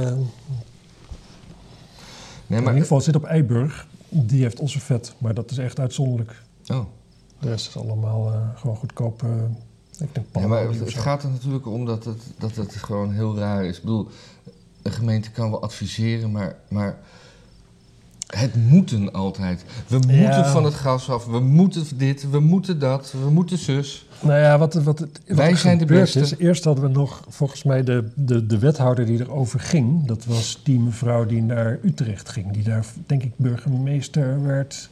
Nee, in ieder geval, het zit op Eiburg. Die heeft ossenvet, maar dat is echt uitzonderlijk. Oh. De rest is allemaal gewoon goedkoop. Ik denk ja, maar het gaat er natuurlijk om dat het gewoon heel raar is. Ik bedoel, een gemeente kan wel adviseren, maar het moeten altijd. We moeten van het gas af, we moeten dit, we moeten dat, we moeten zus. Nou ja, wat wij zijn de beste. Is, eerst hadden we nog, volgens mij, de wethouder die erover ging. Dat was die mevrouw die naar Utrecht ging. Die daar, denk ik, burgemeester werd.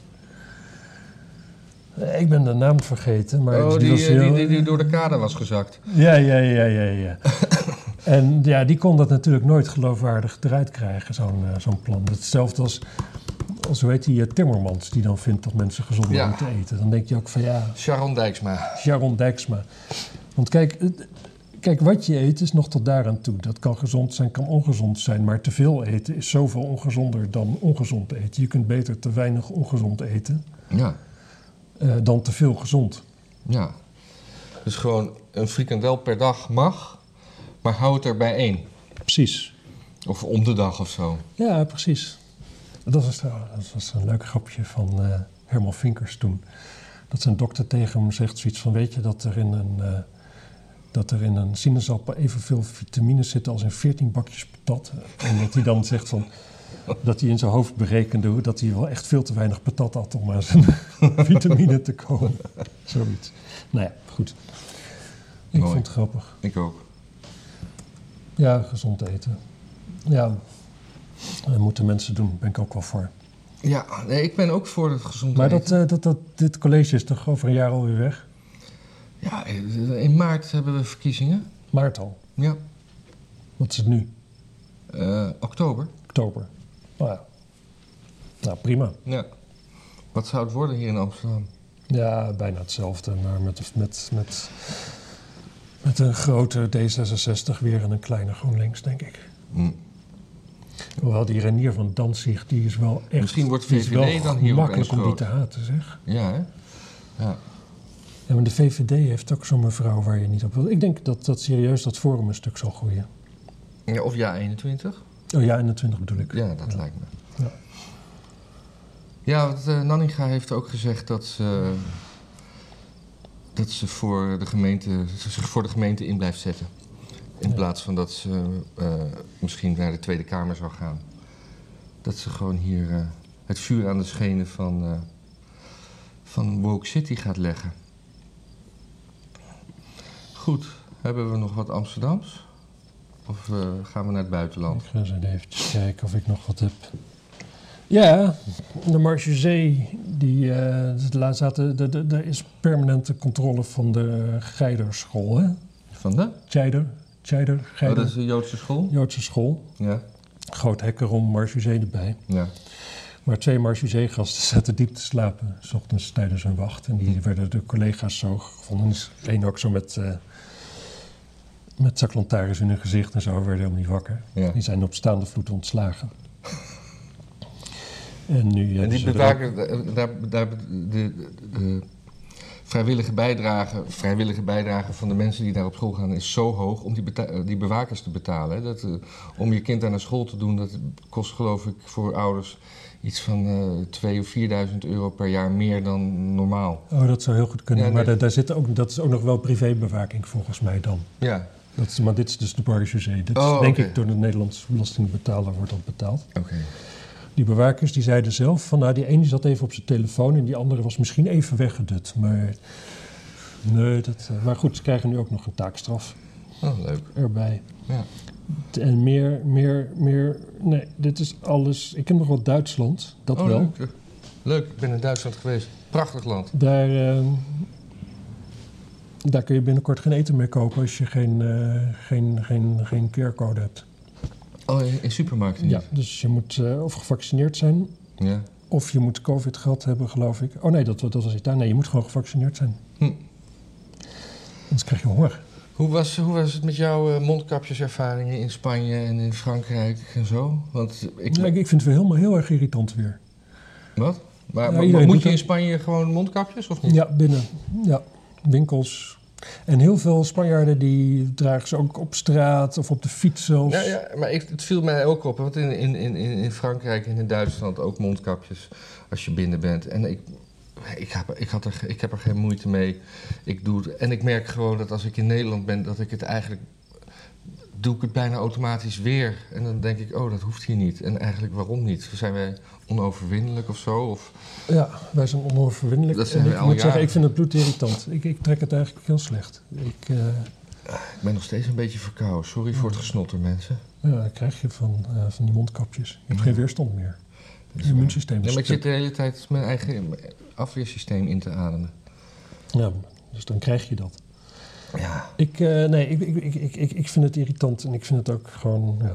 Ik ben de naam vergeten. Maar die door de kade was gezakt. Ja. En ja, die kon dat natuurlijk nooit geloofwaardig eruit krijgen, zo'n plan. Hetzelfde als hoe heet die Timmermans, die dan vindt dat mensen gezonder moeten eten. Dan denk je ook van ja... Sharon Dijksma. Want kijk, wat je eet is nog tot daaraan toe. Dat kan gezond zijn, kan ongezond zijn. Maar te veel eten is zoveel ongezonder dan ongezond eten. Je kunt beter te weinig ongezond eten dan te veel gezond. Ja. Dus gewoon een frikandel per dag mag, maar hou het er bij 1. Precies. Of om de dag of zo. Ja, precies. Dat was een leuk grapje van Herman Vinkers toen. Dat zijn dokter tegen hem zegt zoiets van... weet je dat er in een sinaasappel evenveel vitamines zitten als in 14 bakjes patat? En dat hij dan zegt van... dat hij in zijn hoofd berekende dat hij wel echt veel te weinig patat had om aan zijn vitamine te komen. Zoiets. Nou ja, goed. Ik vond het grappig. Ik ook. Ja, gezond eten. Ja... Dat moeten mensen doen, daar ben ik ook wel voor. Ja, nee, ik ben ook voor het gezond eten. Maar dit college is toch over een jaar alweer weg? Ja, in maart hebben we verkiezingen. Maart al? Ja. Wat is het nu? Oktober. Oktober. Nou ja. Nou, prima. Ja. Wat zou het worden hier in Amsterdam? Ja, bijna hetzelfde, maar met een grote D66 weer en een kleine GroenLinks, denk ik. Hoewel die Renier van Danzig, die is wel echt... Misschien wordt VVD dan hier makkelijk om die te haten, zeg. Ja, hè? Ja. Ja, maar de VVD heeft ook zo'n mevrouw waar je niet op wil. Ik denk dat serieus dat Forum een stuk zal groeien. Ja, of JA21? Oh, JA21 bedoel ik. Ja, dat lijkt me. Ja, want Nanninga heeft ook gezegd dat ze zich voor de gemeente in blijft zetten. In plaats van dat ze misschien naar de Tweede Kamer zou gaan. Dat ze gewoon hier het vuur aan de schenen van Woke City gaat leggen. Goed, hebben we nog wat Amsterdams? Of gaan we naar het buitenland? Ik ga eens even kijken of ik nog wat heb. Ja, de Marchezee, er is permanente controle van de Geiderschool, hè? Van de? Geider. Oh, dat is de Joodse school? Joodse school. Ja. Groot hek erom, Marchezee erbij. Ja. Maar 2 Marchezee-gasten zaten diep te slapen, 's ochtends tijdens hun wacht. En die werden de collega's zo gevonden. Eén ook zo met zaklantaarns in hun gezicht en zo, werden helemaal niet wakker. Ja. Die zijn op staande voet ontslagen. En die bewaken, de vrijwillige bijdrage van de mensen die daar op school gaan is zo hoog om die bewakers te betalen. Hè? Om je kind daar naar school te doen, dat kost geloof ik voor ouders iets van 2.000 of 4.000 euro per jaar meer dan normaal. Oh, dat zou heel goed kunnen. Ja, maar dat is ook nog wel privébewaking volgens mij dan. Ja. Maar dit is dus de Marchezee. Dit is denk ik door de Nederlandse belastingbetaler wordt dat betaald. Oké. Die bewakers die zeiden zelf van die ene zat even op zijn telefoon en die andere was misschien even weggedut. Maar nee, maar goed, ze krijgen nu ook nog een taakstraf. leuk. Erbij. Ja. En meer... Nee, dit is alles... Ik heb nog wat Duitsland, dat wel. Leuk, ik ben in Duitsland geweest. Prachtig land. Daar kun je binnenkort geen eten meer kopen als je geen QR-code hebt. Oh, in supermarkten niet? Ja, dus je moet of gevaccineerd zijn... Ja. Of je moet COVID gehad hebben, geloof ik. Oh nee, dat was Italië. Nee, je moet gewoon gevaccineerd zijn. Anders krijg je honger. Hoe was het met jouw mondkapjeservaringen in Spanje en in Frankrijk en zo? Want ik vind het wel heel erg irritant weer. Wat? Maar moet je in Spanje gewoon mondkapjes of niet? Ja, binnen. Ja, winkels. En heel veel Spanjaarden die dragen ze ook op straat of op de fiets zelfs. Ja, maar het viel mij ook op. Want in Frankrijk en in Duitsland ook mondkapjes als je binnen bent. En ik heb er geen moeite mee. En ik merk gewoon dat als ik in Nederland ben, dat ik het eigenlijk... doe ik het bijna automatisch weer. En dan denk ik, dat hoeft hier niet. En eigenlijk, waarom niet? Zijn wij onoverwinnelijk of zo? Of... Ja, wij zijn onoverwinnelijk. Dat zijn ik moet zeggen, ik vind het bloedirritant. Ik trek het eigenlijk heel slecht. Ik ben nog steeds een beetje verkouden. Sorry voor het gesnotter, mensen. Ja, dat krijg je van die mondkapjes. Je hebt geen weerstand meer. Het immuunsysteem is maar ik zit de hele tijd mijn eigen afweersysteem in te ademen. Ja, dus dan krijg je dat. Ja. Ik vind het irritant en ik vind het ook gewoon, ja...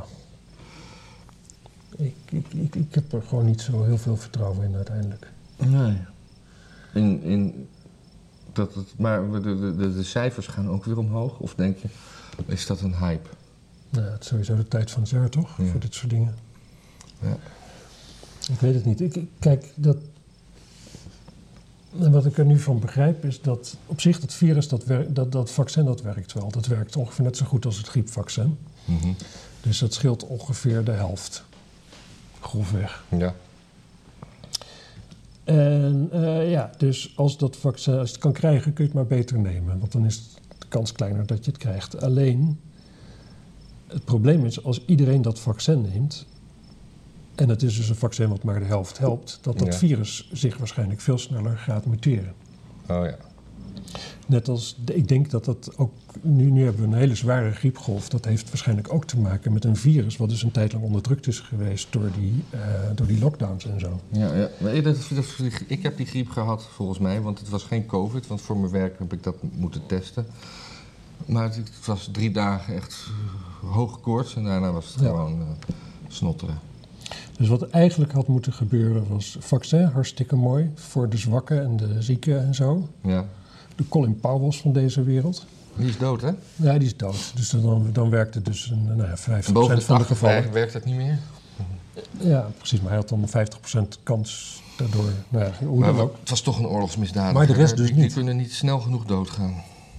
Ik heb er gewoon niet zo heel veel vertrouwen in uiteindelijk. Nee. Maar de cijfers gaan ook weer omhoog? Of denk je, is dat een hype? Nou, het is sowieso de tijd van het jaar, toch? Ja. Voor dit soort dingen. Ja. Ik weet het niet. Kijk, wat ik er nu van begrijp is dat op zich het virus, dat vaccin, dat werkt wel. Dat werkt ongeveer net zo goed als het griepvaccin. Mm-hmm. Dus dat scheelt ongeveer de helft. Grofweg. Ja. En dus als dat vaccin, als je het kan krijgen, kun je het maar beter nemen. Want dan is de kans kleiner dat je het krijgt. Alleen, het probleem is, als iedereen dat vaccin neemt... en het is dus een vaccin wat maar de helft helpt... dat virus zich waarschijnlijk veel sneller gaat muteren. Oh ja. Net als, ik denk dat ook... Nu hebben we een hele zware griepgolf. Dat heeft waarschijnlijk ook te maken met een virus... wat dus een tijd lang onderdrukt is geweest door die lockdowns en zo. Ja. Ik heb die griep gehad volgens mij, want het was geen COVID. Want voor mijn werk heb ik dat moeten testen. Maar het was 3 dagen echt hoge koorts en daarna was het gewoon snotteren. Dus wat eigenlijk had moeten gebeuren was vaccin, hartstikke mooi... voor de zwakken en de zieken en zo. Ja. De Colin Powells van deze wereld. Die is dood, hè? Ja, die is dood. Dus dan werkt het dus 50% boven de van de gevallen. Werkt dat niet meer? Ja, precies. Maar hij had dan 50% kans daardoor. Het was toch een oorlogsmisdaad. Maar de rest dus niet. Die kunnen niet snel genoeg doodgaan.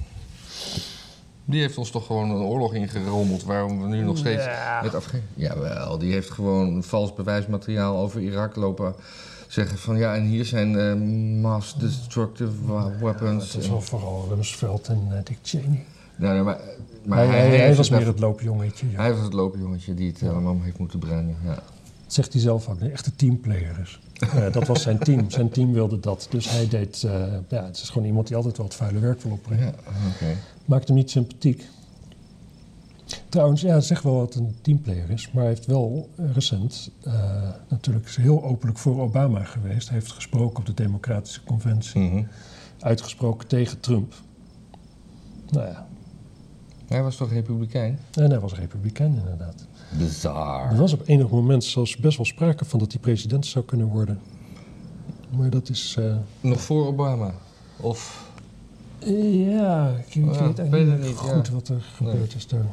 Die heeft ons toch gewoon een oorlog ingerommeld... waarom we nu nog steeds met Jawel, die heeft gewoon vals bewijsmateriaal over Irak lopen... zeggen van en hier zijn mass destructive weapons. Het is wel vooral Rumsfeld en Dick Cheney. Nee, maar hij was meer het loopjongetje. Ja. Hij was het loopjongetje die het allemaal heeft moeten brengen. Ja. Dat zegt hij zelf ook, een echte teamplayer is. Dat was zijn team. Zijn team wilde dat. Dus hij deed... het is gewoon iemand die altijd wel het vuile werk wil opbrengen. Ja, okay. Maakt hem niet sympathiek. Trouwens, het zegt wel wat een teamplayer is, maar hij heeft wel recent natuurlijk heel openlijk voor Obama geweest. Hij heeft gesproken op de Democratische Conventie. Mm-hmm. Uitgesproken tegen Trump. Nou ja. Hij was toch republikein? En hij was republikein, inderdaad. Bizar. Er was op enig moment zelfs best wel sprake van dat hij president zou kunnen worden. Maar dat is... Nog voor Obama? Of... Ja, ik weet eigenlijk niet goed wat er gebeurd is daar.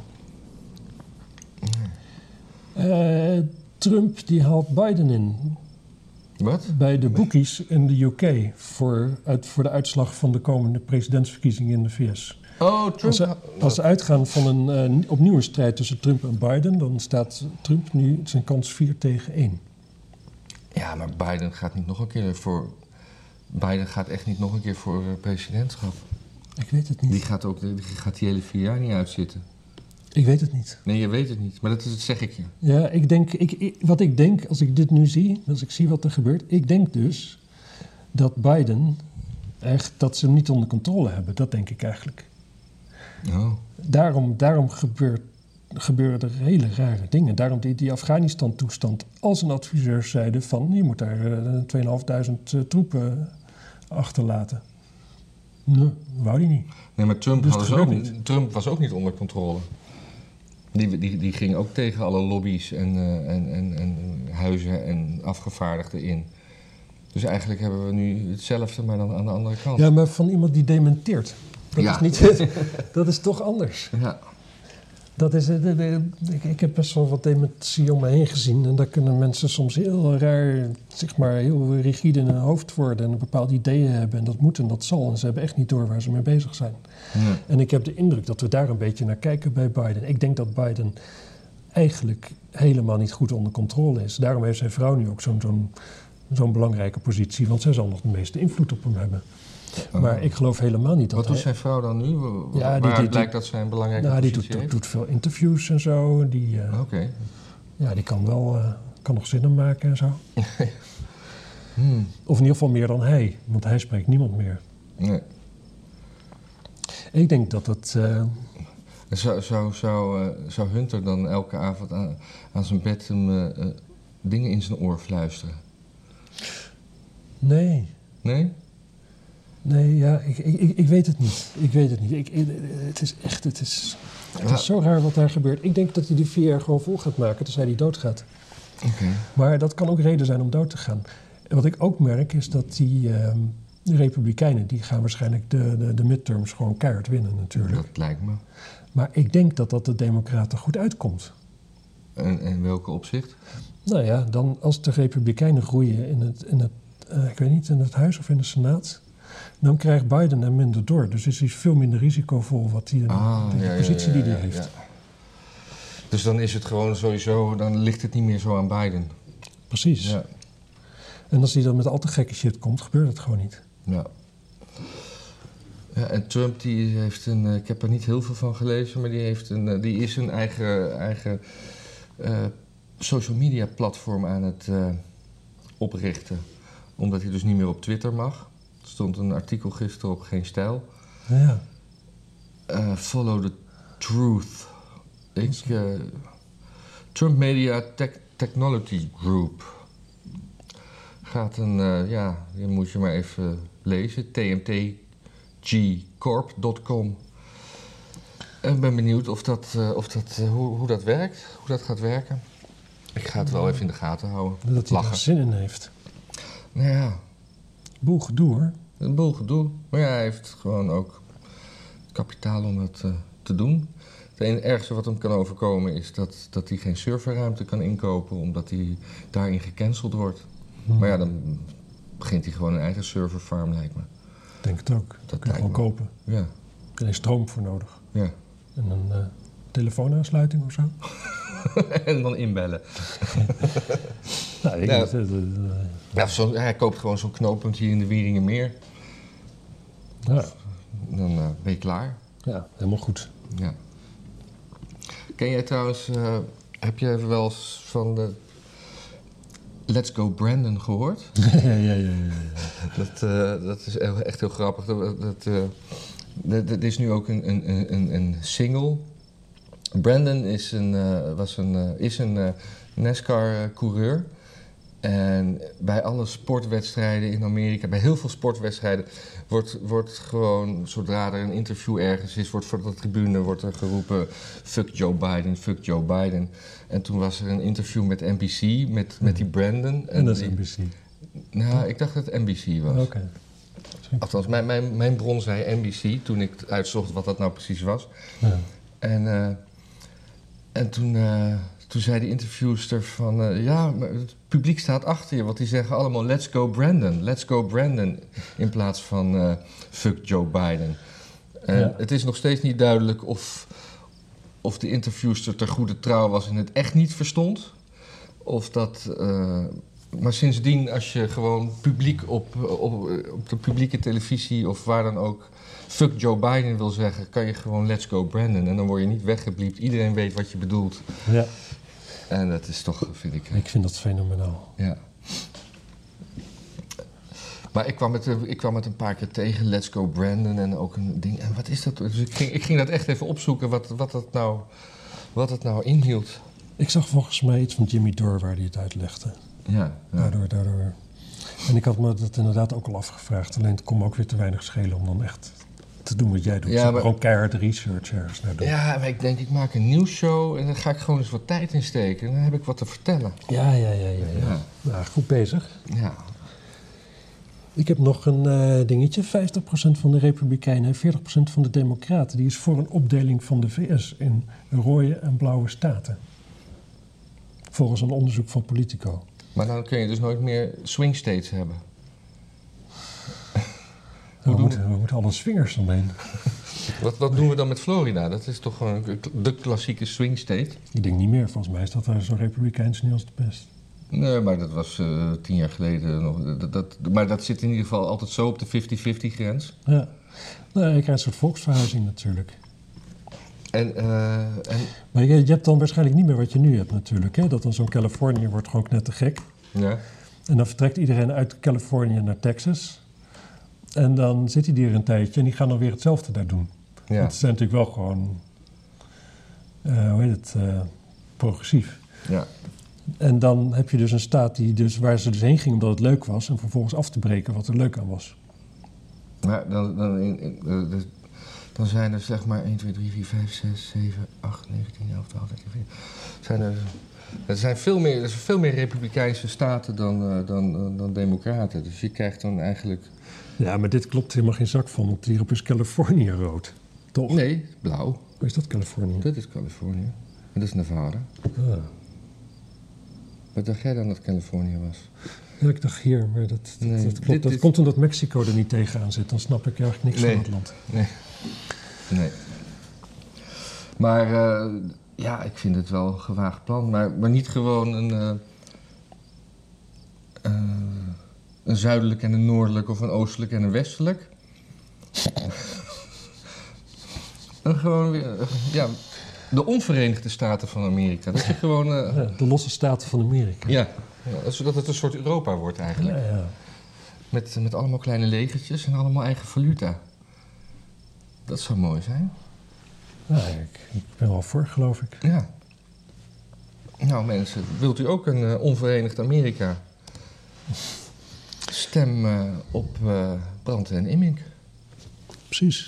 Trump die haalt Biden in. Wat? Bij de bookies in de UK voor de uitslag van de komende presidentsverkiezingen in de VS. Oh, Trump. Als ze uitgaan van een opnieuw strijd tussen Trump en Biden, dan staat Trump nu zijn kans 4-1. Ja, maar Biden gaat niet nog een keer voor... Biden gaat echt niet nog een keer voor presidentschap. Ik weet het niet. Die gaat die hele 4 jaar niet uitzitten. Ik weet het niet. Nee, je weet het niet. Maar dat zeg ik je. Ja, wat ik denk als ik dit nu zie, als ik zie wat er gebeurt... Ik denk dus dat Biden, dat ze hem niet onder controle hebben. Dat denk ik eigenlijk. Oh. Daarom gebeuren er hele rare dingen. Daarom die Afghanistan-toestand. Als een adviseur zeiden van... je moet daar 2.500 troepen achterlaten. Nee, wou die niet. Nee, maar Trump was ook niet onder controle. Die ging ook tegen alle lobby's en huizen en afgevaardigden in. Dus eigenlijk hebben we nu hetzelfde, maar dan aan de andere kant. Ja, maar van iemand die dementeert. Dat is niet... dat is toch anders. Ja. Dat is, ik heb best wel wat dementie om me heen gezien. En daar kunnen mensen soms heel raar, zeg maar, heel rigide in hun hoofd worden. En een bepaald ideeën hebben. En dat moet en dat zal. En ze hebben echt niet door waar ze mee bezig zijn. Ja. En ik heb de indruk dat we daar een beetje naar kijken bij Biden. Ik denk dat Biden eigenlijk helemaal niet goed onder controle is. Daarom heeft zijn vrouw nu ook zo'n belangrijke positie. Want zij zal nog de meeste invloed op hem hebben. Maar ik geloof helemaal niet dat Wat doet zijn vrouw dan nu? Blijkt dat zij een belangrijke positie heeft? Die doet veel interviews en zo. Oké. Ja, die kan nog zinnen maken en zo. Of in ieder geval meer dan hij. Want hij spreekt niemand meer. Nee. Ik denk dat het... Zou Hunter dan elke avond aan zijn bed hem dingen in zijn oor fluisteren? Nee. Nee? Nee, ja, ik weet het niet. Ik weet het niet. Het is zo raar wat daar gebeurt. Ik denk dat hij die 4 jaar gewoon vol gaat maken, dus hij doodgaat. Okay. Maar dat kan ook reden zijn om dood te gaan. En wat ik ook merk is dat de Republikeinen, die gaan waarschijnlijk de midterms gewoon keihard winnen natuurlijk. Dat lijkt me. Maar ik denk dat de Democraten goed uitkomt. En in welke opzicht? Nou ja, dan als de Republikeinen groeien ik weet niet, in het Huis of in de Senaat... dan krijgt Biden er minder door. Dus is hij veel minder risicovol wat die positie die hij heeft. Ja. Dus dan is het gewoon sowieso, dan ligt het niet meer zo aan Biden. Precies. Ja. En als hij dan met al te gekke shit komt, gebeurt het gewoon niet. Ja. Ja, en Trump die heeft ik heb er niet heel veel van gelezen, maar die is een eigen social media platform aan het oprichten. Omdat hij dus niet meer op Twitter mag. Er stond een artikel gisteren op Geen Stijl. Ja. Follow the truth. Trump Media Technology Group. Gaat die moet je maar even lezen. tmtgcorp.com. En ik ben benieuwd hoe dat werkt. Hoe dat gaat werken. Ik ga het wel even in de gaten houden. Dat hij er zin in heeft. Nou ja. Boel gedoe hoor. Een boel gedoe. Maar ja, hij heeft gewoon ook kapitaal om dat te doen. Het ergste wat hem kan overkomen is dat hij geen serverruimte kan inkopen, omdat hij daarin gecanceld wordt. Maar ja, dan begint hij gewoon een eigen serverfarm, lijkt me. Ik denk het ook. Dat kun je gewoon kopen. Ja. Er is stroom voor nodig. Ja. En een telefoonaansluiting of zo. En dan inbellen. Hij koopt gewoon zo'n knooppunt hier in de Wieringermeer. Ja. Dan ben je klaar. Ja, helemaal goed. Ja. Ken jij trouwens, heb je wel eens van de Let's Go Brandon gehoord? Ja. Dat is echt heel grappig. Dat is nu ook een single. Brandon is een NASCAR-coureur. En bij alle sportwedstrijden in Amerika, bij heel veel sportwedstrijden, wordt gewoon, zodra er een interview ergens is, wordt voor de tribune er geroepen, fuck Joe Biden, fuck Joe Biden. En toen was er een interview met NBC, met die Brandon. En dat is NBC? Nou, ik dacht dat het NBC was. Oké. Althans, mijn bron zei NBC toen ik uitzocht wat dat nou precies was. Ja. En toen zei de interviewster van, maar het publiek staat achter je, want die zeggen allemaal let's go Brandon, in plaats van fuck Joe Biden. En het is nog steeds niet duidelijk of de interviewster ter goede trouw was en het echt niet verstond. Maar sindsdien, als je gewoon publiek op de publieke televisie of waar dan ook fuck Joe Biden wil zeggen, kan je gewoon let's go Brandon. En dan word je niet weggebliept. Iedereen weet wat je bedoelt. Ja. En dat is toch, vind ik... Ik vind dat fenomenaal. Ja. Maar ik kwam het een paar keer tegen, Let's Go Brandon en ook een ding. En wat is dat? Dus ik ging dat echt even opzoeken, wat het nou inhield. Ik zag volgens mij iets van Jimmy Dore waar hij het uitlegde. Ja. Daardoor. En ik had me dat inderdaad ook al afgevraagd. Alleen het kon me ook weer te weinig schelen om dan echt te doen wat jij doet. Ja, maar gewoon keihard research ergens naar doen. Ja, maar ik denk, ik maak een nieuwsshow en daar ga ik gewoon eens wat tijd in steken. En dan heb ik wat te vertellen. Ja. Nou, goed bezig. Ja. Ik heb nog een dingetje. 50% van de Republikeinen en 40% van de Democraten... die is voor een opdeling van de VS in rode en blauwe staten. Volgens een onderzoek van Politico. Maar dan kun je dus nooit meer swing states hebben. We moeten alle swingers omheen. Wat doen we dan met Florida? Dat is toch gewoon de klassieke swing state? Ik denk niet meer. Volgens mij is dat daar zo republikeins niet als de best. Nee, maar dat was 10 jaar geleden nog. Maar dat zit in ieder geval altijd zo op de 50-50 grens. Ja. Nou, je krijgt een soort volksverhuizing natuurlijk. Maar je hebt dan waarschijnlijk niet meer wat je nu hebt natuurlijk. Hè? Dat dan zo'n Californië wordt gewoon knettergek. Ja. En dan vertrekt iedereen uit Californië naar Texas. En dan zit hij hier een tijdje en die gaan dan weer hetzelfde daar doen. Ja. Want ze zijn natuurlijk wel gewoon, progressief. Ja. En dan heb je dus een staat waar ze dus heen gingen omdat het leuk was... en vervolgens af te breken wat er leuk aan was. Maar dan zijn er zeg maar 1, 2, 3, 4, 5, 6, 7, 8, 9, 10, 11, 12, 13, 14... Er zijn veel meer republikeinse staten dan democraten. Dus je krijgt dan eigenlijk... Ja, maar dit klopt helemaal geen zak van. Want hierop is Californië rood, toch? Nee, blauw. Is dat Californië? Dat is Californië. En dat is Nevada. Ah. Wat dacht jij dan dat Californië was? Ja, ik dacht hier, maar dat klopt. Dat komt omdat Mexico er niet tegenaan zit. Dan snap ik eigenlijk niks van het land. Nee. Maar ja, ik vind het wel een gewaagd plan. Maar niet gewoon een zuidelijk en een noordelijk of een oostelijk en een westelijk. En gewoon weer, de onverenigde staten van Amerika. Dat je gewoon... de losse staten van Amerika. Ja, zodat het een soort Europa wordt eigenlijk. Ja. Met allemaal kleine legertjes en allemaal eigen valuta. Dat zou mooi zijn. Ja, ik ben wel voor, geloof ik. Ja. Nou mensen, wilt u ook een onverenigd Amerika? Stem op Brandt en Immink. Precies.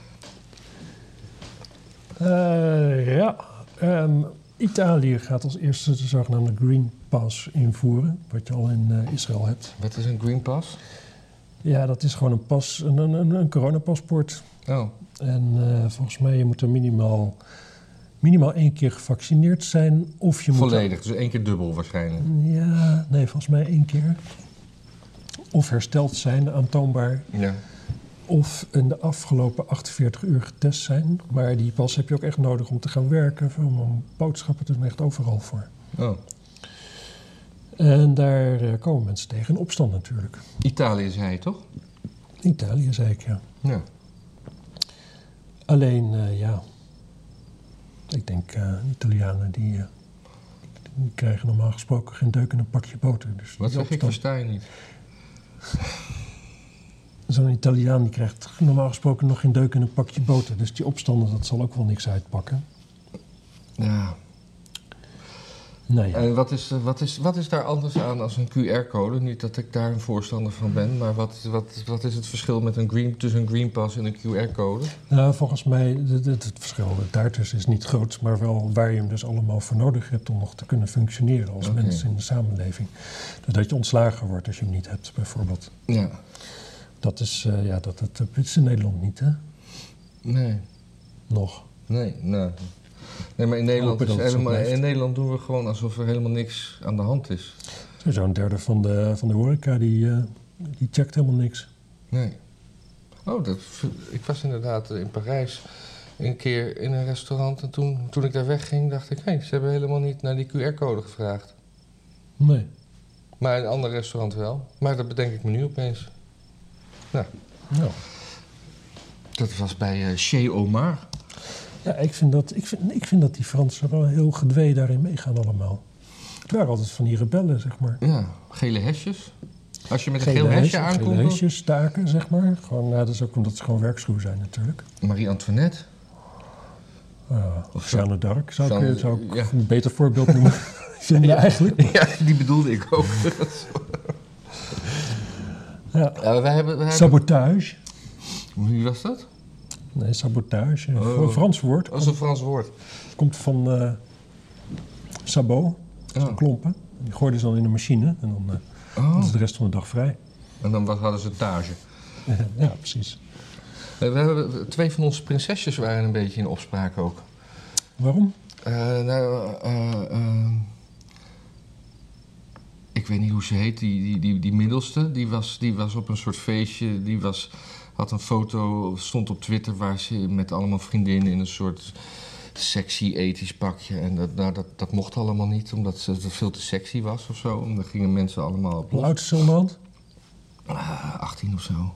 Italië gaat als eerste de zogenaamde Green Pass invoeren, wat je al in Israël hebt. Wat is een Green Pass? Ja, dat is gewoon een pas, een coronapaspoort. Oh. En volgens mij je moet er minimaal 1 keer gevaccineerd zijn. Of je volledig, dus 1 keer dubbel waarschijnlijk. Ja, nee, volgens mij 1 keer. Of hersteld zijn, aantoonbaar. Ja. Of in de afgelopen 48 uur getest zijn. Maar die pas heb je ook echt nodig om te gaan werken, om boodschappen te doen, echt overal voor. Oh. En daar komen mensen tegen in opstand natuurlijk. Italië zei je toch? Italië zei ik, ja. Ja. Alleen, ik denk Italianen die krijgen normaal gesproken geen deuk in een pakje boter. Dus wat zeg ik? Versta je niet? Zo'n Italiaan die krijgt normaal gesproken nog geen deuk in een pakje boter. Dus die opstanden, dat zal ook wel niks uitpakken. Ja. Nee. En wat is daar anders aan als een QR-code? Niet dat ik daar een voorstander van ben, maar wat is het verschil met tussen een Green Pass en een QR-code? Nou, volgens mij, het verschil daartussen is niet groot, maar wel waar je hem dus allemaal voor nodig hebt om nog te kunnen functioneren als mens in de samenleving. Dus dat je ontslagen wordt als je hem niet hebt, bijvoorbeeld. Ja. Dat is, dat is in Nederland niet, hè? Nee. Nog. Nee, maar in Nederland doen we gewoon alsof er helemaal niks aan de hand is. Sowieso een derde van de horeca, die checkt helemaal niks. Nee. Oh, ik was inderdaad in Parijs een keer in een restaurant. En toen ik daar wegging, dacht ik, ze hebben helemaal niet naar die QR-code gevraagd. Nee. Maar in een ander restaurant wel. Maar dat bedenk ik me nu opeens. Nou. Dat was bij Chez Omar. Ja, ik vind dat die Fransen wel heel gedwee daarin meegaan allemaal. Het waren altijd van die rebellen, zeg maar. Ja, gele hesjes. Als je met een geel hesje aankomt... Gele hesjes staken, zeg maar. Gewoon, dat is ook omdat ze gewoon werkschroeven zijn natuurlijk. Marie-Antoinette. Of Jeanne d'Arc zou ik een beter voorbeeld noemen. Vinden eigenlijk. Ja, die bedoelde ik ook. wij hebben... Sabotage. Wie was dat? Nee, sabotage. Een Frans woord. Dat is een Frans woord. Komt van sabot. Dat zijn klompen. Die gooiden ze dan in de machine. En dan is de rest van de dag vrij. En dan hadden ze tage. Ja, precies. We hebben 2 van onze prinsesjes waren een beetje in opspraak ook. Waarom? Ik weet niet hoe ze heet, die middelste. Die was op een soort feestje. Had een foto, stond op Twitter waar ze met allemaal vriendinnen in een soort sexy ethisch pakje. En dat mocht allemaal niet, omdat het veel te sexy was of zo. En dan gingen mensen allemaal op los. Hoe oud is ze onderhand? 18 of zo.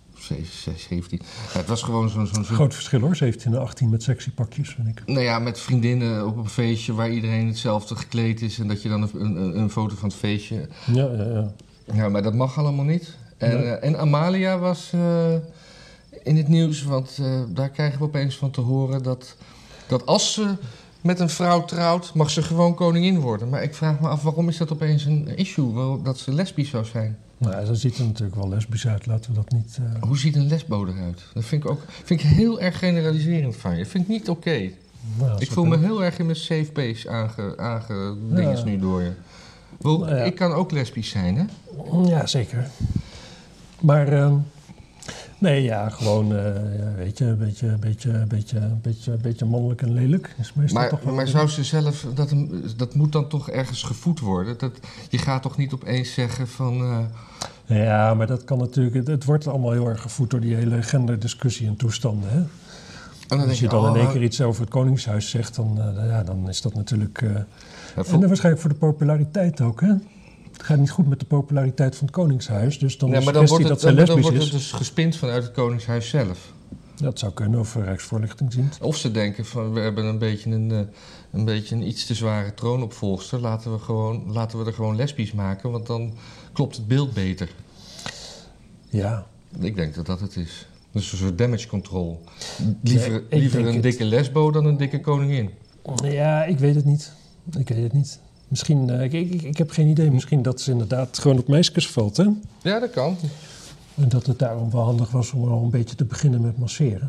17. Ja, het was gewoon zo'n... Groot verschil hoor, 17 en 18 met sexy pakjes, vind ik. Nou ja, met vriendinnen op een feestje waar iedereen hetzelfde gekleed is... en dat je dan een foto van het feestje... Ja. Ja, maar dat mag allemaal niet. En Amalia was in het nieuws, want daar krijgen we opeens van te horen... dat als ze met een vrouw trouwt, mag ze gewoon koningin worden. Maar ik vraag me af, waarom is dat opeens een issue? Dat ze lesbisch zou zijn? Nou, ze ziet er natuurlijk wel lesbisch uit, laten we dat niet... Hoe ziet een lesbo eruit? Dat vind ik heel erg generaliserend van je. Dat vind ik niet oké. Nou, ik voel me heel erg in mijn safe space aangedinges nu door je. Ik kan ook lesbisch zijn, hè? Ja, zeker. Maar... nee, ja, gewoon, weet je, een beetje mannelijk en lelijk. Is meestal toch wel maar zou ze zelf, dat moet dan toch ergens gevoed worden? Je gaat toch niet opeens zeggen van... Ja, maar dat kan natuurlijk, het wordt allemaal heel erg gevoed door die hele genderdiscussie en toestanden, hè? En als je dan in één keer iets over het Koningshuis zegt, dan is dat natuurlijk... en dan waarschijnlijk voor de populariteit ook, hè? Het gaat niet goed met de populariteit van het Koningshuis, dus dan is het kwestie dat zij lesbisch is. Dan wordt het dus gespind vanuit het Koningshuis zelf. Dat zou kunnen, of Rijksvoorlichtingsdienst. Of ze denken van, we hebben een beetje een iets te zware troonopvolgster, laten we er gewoon lesbisch maken, want dan klopt het beeld beter. Ja. Ik denk dat dat het is. Dus een soort damage control. Liever een dikke lesbo dan een dikke koningin. Ja, ik weet het niet. Misschien, ik heb geen idee. Misschien dat ze inderdaad gewoon op meisjes valt, hè? Ja, dat kan. En dat het daarom wel handig was om al een beetje te beginnen met masseren.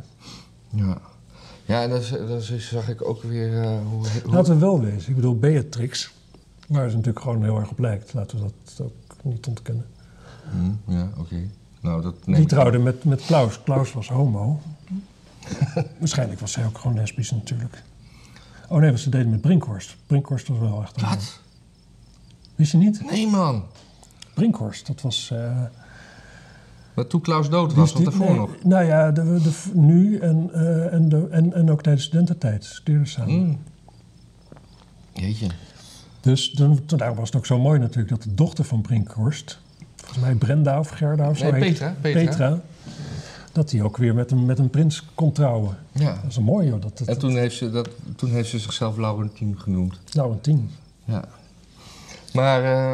Ja, en dan zag ik ook weer... Laten we wel wezen. Ik bedoel, Beatrix, waar ze natuurlijk gewoon heel erg op lijkt. Laten we dat ook niet ontkennen. Ja, oké. Nou, die trouwde met Klaus. Klaus was homo. Waarschijnlijk was zij ook gewoon lesbisch natuurlijk. Oh nee, wat ze deden met Brinkhorst. Brinkhorst was wel echt... Wat? Wist je niet? Nee, man. Brinkhorst, dat was... Maar toen Klaus dood was, of daarvoor nog? Nou ja, nu en ook tijdens studententijd. Studeerden samen. Jeetje. Dus daarom was het ook zo mooi natuurlijk dat de dochter van Brinkhorst... Volgens mij Brenda of Gerda of zo heet. Petra. Dat hij ook weer met een prins kon trouwen. Ja. Dat is mooi, joh. En toen heeft ze zichzelf Laurentien genoemd. Laurentien. Ja. Maar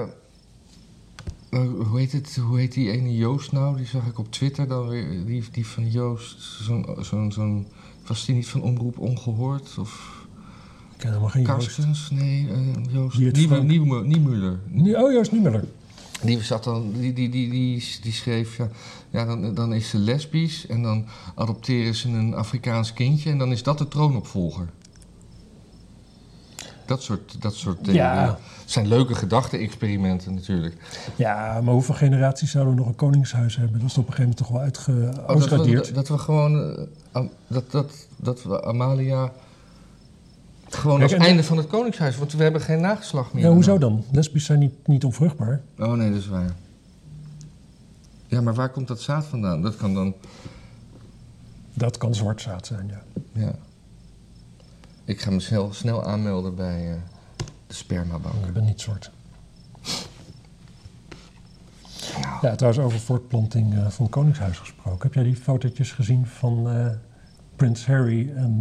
hoe heet die ene Joost nou? Die zag ik op Twitter dan weer. Die van Joost. Zo'n was die niet van Omroep Ongehoord? Of... Ik ken helemaal geen Karstens? Nee, Joost. Niemuller. Joost Niemuller. Die schreef, dan is ze lesbisch en dan adopteren ze een Afrikaans kindje en dan is dat de troonopvolger. Dat soort dingen zijn leuke gedachte-experimenten natuurlijk. Ja, maar hoeveel generaties zouden we nog een koningshuis hebben? Dat is op een gegeven moment toch wel uitgeradeerd. Dat we gewoon, dat we Amalia... Gewoon als einde van het koningshuis, want we hebben geen nageslacht meer. Ja, hoezo dan? Lesbisch zijn niet onvruchtbaar. Oh nee, dat is waar. Ja, maar waar komt dat zaad vandaan? Dat kan dan... Dat kan zwart zaad zijn, ja. Ik ga me snel aanmelden bij de spermabank. Ik ben niet zwart. Ja, trouwens over voortplanting van het koningshuis gesproken. Heb jij die fotootjes gezien van Prins Harry en...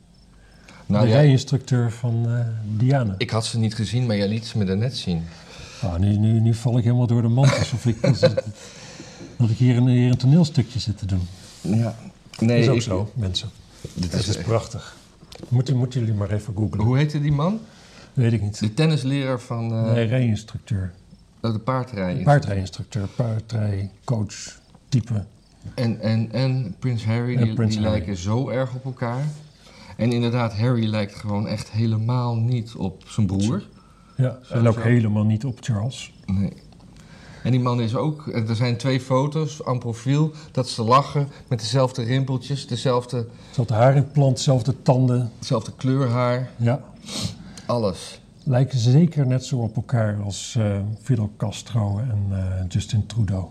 de rijinstructeur van Diana. Ik had ze niet gezien, maar jij liet ze me daarnet zien. Nu val ik helemaal door de mand. Alsof dat ik hier een toneelstukje zit te doen. Ja. Nee, dat is ook zo, mensen. Dit is prachtig. Moeten jullie maar even googlen. Hoe heette die man? Weet ik niet. De tennisleraar van... Nee, rijinstructeur. De paardrijinstructeur. Paardrijinstructeur, paardrijcoach, type. En Prins Harry, die lijken zo erg op elkaar. En inderdaad, Harry lijkt gewoon echt helemaal niet op zijn broer. Ja, en ook helemaal niet op Charles. Nee. En die man is ook... Er zijn 2 foto's aan profiel dat ze lachen met dezelfde rimpeltjes, dezelfde haarimplant, dezelfde tanden. Dezelfde kleur haar. Ja. Alles. Lijken zeker net zo op elkaar als Fidel Castro en Justin Trudeau.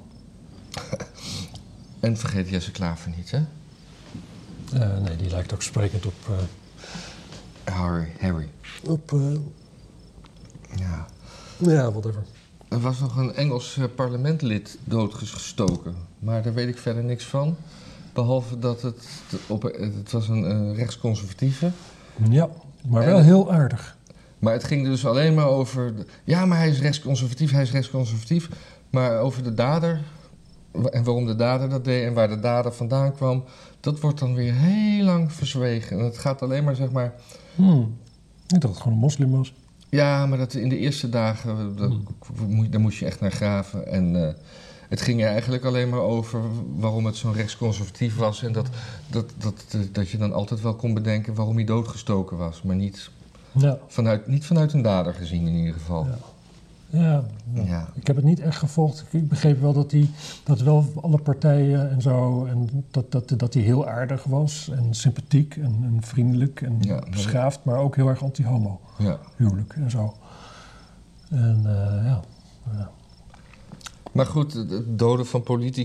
En vergeet Jesse Klaver niet, hè? Nee, die lijkt ook sprekend op... Harry. Op... Ja. Ja, whatever. Er was nog een Engels parlementlid doodgestoken. Maar daar weet ik verder niks van. Behalve dat het was een rechtsconservatieve. Ja, maar wel heel aardig. Maar het ging dus alleen maar over... Ja, maar hij is rechtsconservatief. Maar over de dader... En waarom de dader dat deed en waar de dader vandaan kwam... Dat wordt dan weer heel lang verzwegen. En het gaat alleen maar, zeg maar... Ik dacht het gewoon een moslim was. Ja, maar dat in de eerste dagen... Daar moest je echt naar graven. En het ging er eigenlijk alleen maar over... waarom het zo'n rechtsconservatief was. En dat je dan altijd wel kon bedenken... waarom hij doodgestoken was. Maar niet... Ja. Niet vanuit een dader gezien in ieder geval. Ja. Ik heb het niet echt gevolgd. Ik begreep wel dat wel alle partijen en zo... en dat hij heel aardig was en sympathiek en vriendelijk en beschaafd... maar ook heel erg anti-homo. Ja. Huwelijk en zo. En ja. Maar goed, het doden van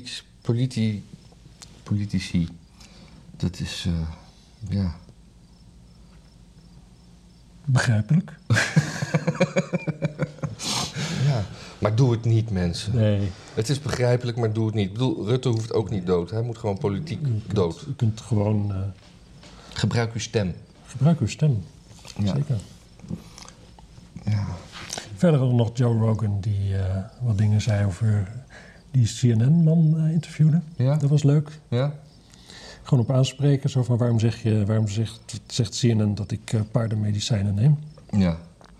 politici... dat is... ja... Begrijpelijk. Ja, maar doe het niet, mensen. Nee. Het is begrijpelijk, maar doe het niet. Ik bedoel, Rutte hoeft ook niet dood. Hij moet gewoon politiek dood. Je kunt gewoon... Gebruik uw stem. Gebruik uw stem. Ja. Zeker. Ja. Verder hadden we nog Joe Rogan die wat dingen zei over die CNN-man interviewde. Ja. Dat was leuk. Ja. Gewoon op aanspreken. Zo van waarom zegt CNN dat ik paardenmedicijnen neem? Ja.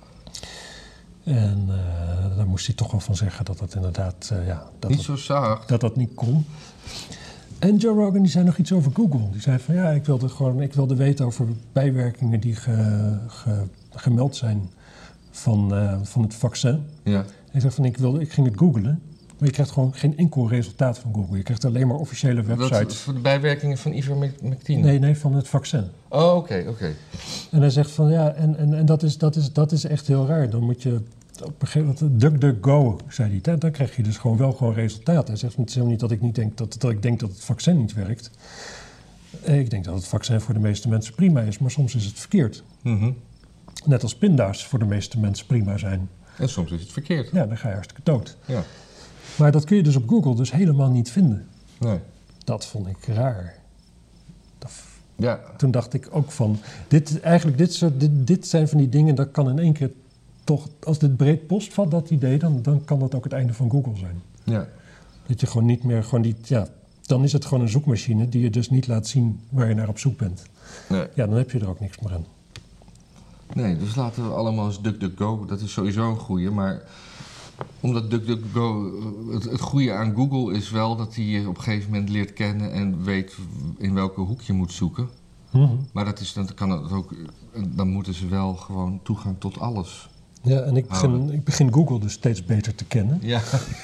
En daar moest hij toch wel van zeggen dat dat inderdaad... zo zacht. Dat niet kon. En Joe Rogan die zei nog iets over Google. Die zei van ik wilde weten over bijwerkingen die gemeld zijn van het vaccin. Ja. Hij zei van ik ging het googlen. Maar je krijgt gewoon geen enkel resultaat van Google. Je krijgt alleen maar officiële websites. Voor de bijwerkingen van ivermectine? Nee, van het vaccin. Oh, oké. En hij zegt van en dat is echt heel raar. Dan moet je op een gegeven moment DuckDuckGo, zei hij. Dan krijg je dus gewoon resultaat. Hij zegt het is helemaal niet dat ik niet denk dat ik denk dat het vaccin niet werkt. Ik denk dat het vaccin voor de meeste mensen prima is, maar soms is het verkeerd. Mm-hmm. Net als pinda's voor de meeste mensen prima zijn. En soms is het verkeerd. Ja, dan ga je hartstikke dood. Ja. Maar dat kun je dus op Google dus helemaal niet vinden. Nee. Dat vond ik raar. Ja. Toen dacht ik ook van... Dit zijn van die dingen, dat kan in één keer toch... Als dit breed postvat, dat idee, dan kan dat ook het einde van Google zijn. Ja. Dat je gewoon niet meer... dan is het gewoon een zoekmachine die je dus niet laat zien waar je naar op zoek bent. Nee. Ja, dan heb je er ook niks meer aan. Nee, dus laten we allemaal eens DuckDuckGo... Dat is sowieso een goeie, maar... Omdat DuckDuckGo... Het goede aan Google is wel dat hij je op een gegeven moment leert kennen... en weet in welke hoek je moet zoeken. Mm-hmm. Maar dan moeten ze wel gewoon toegang tot alles. Ja, en ik begin Google dus steeds beter te kennen. Ja.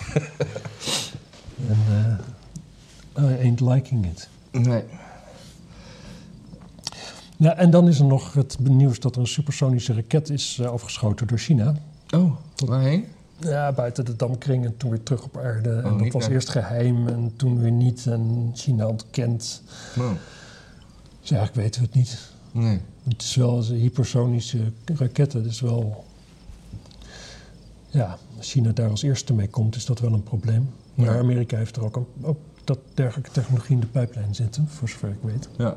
En I ain't liking it. Nee. Ja, en dan is er nog het nieuws dat er een supersonische raket is afgeschoten door China. Oh, waarheen? Ja, buiten de dampkring en toen weer terug op aarde. En dat was eerst geheim en toen weer niet. En China ontkent. Oh. Dus eigenlijk weten we het niet. Nee. Het is wel een hypersonische raket. Het is wel... Ja, als China daar als eerste mee komt, is dat wel een probleem. Maar Amerika heeft er ook dat dergelijke technologie in de pijplijn zitten, voor zover ik weet. Ja.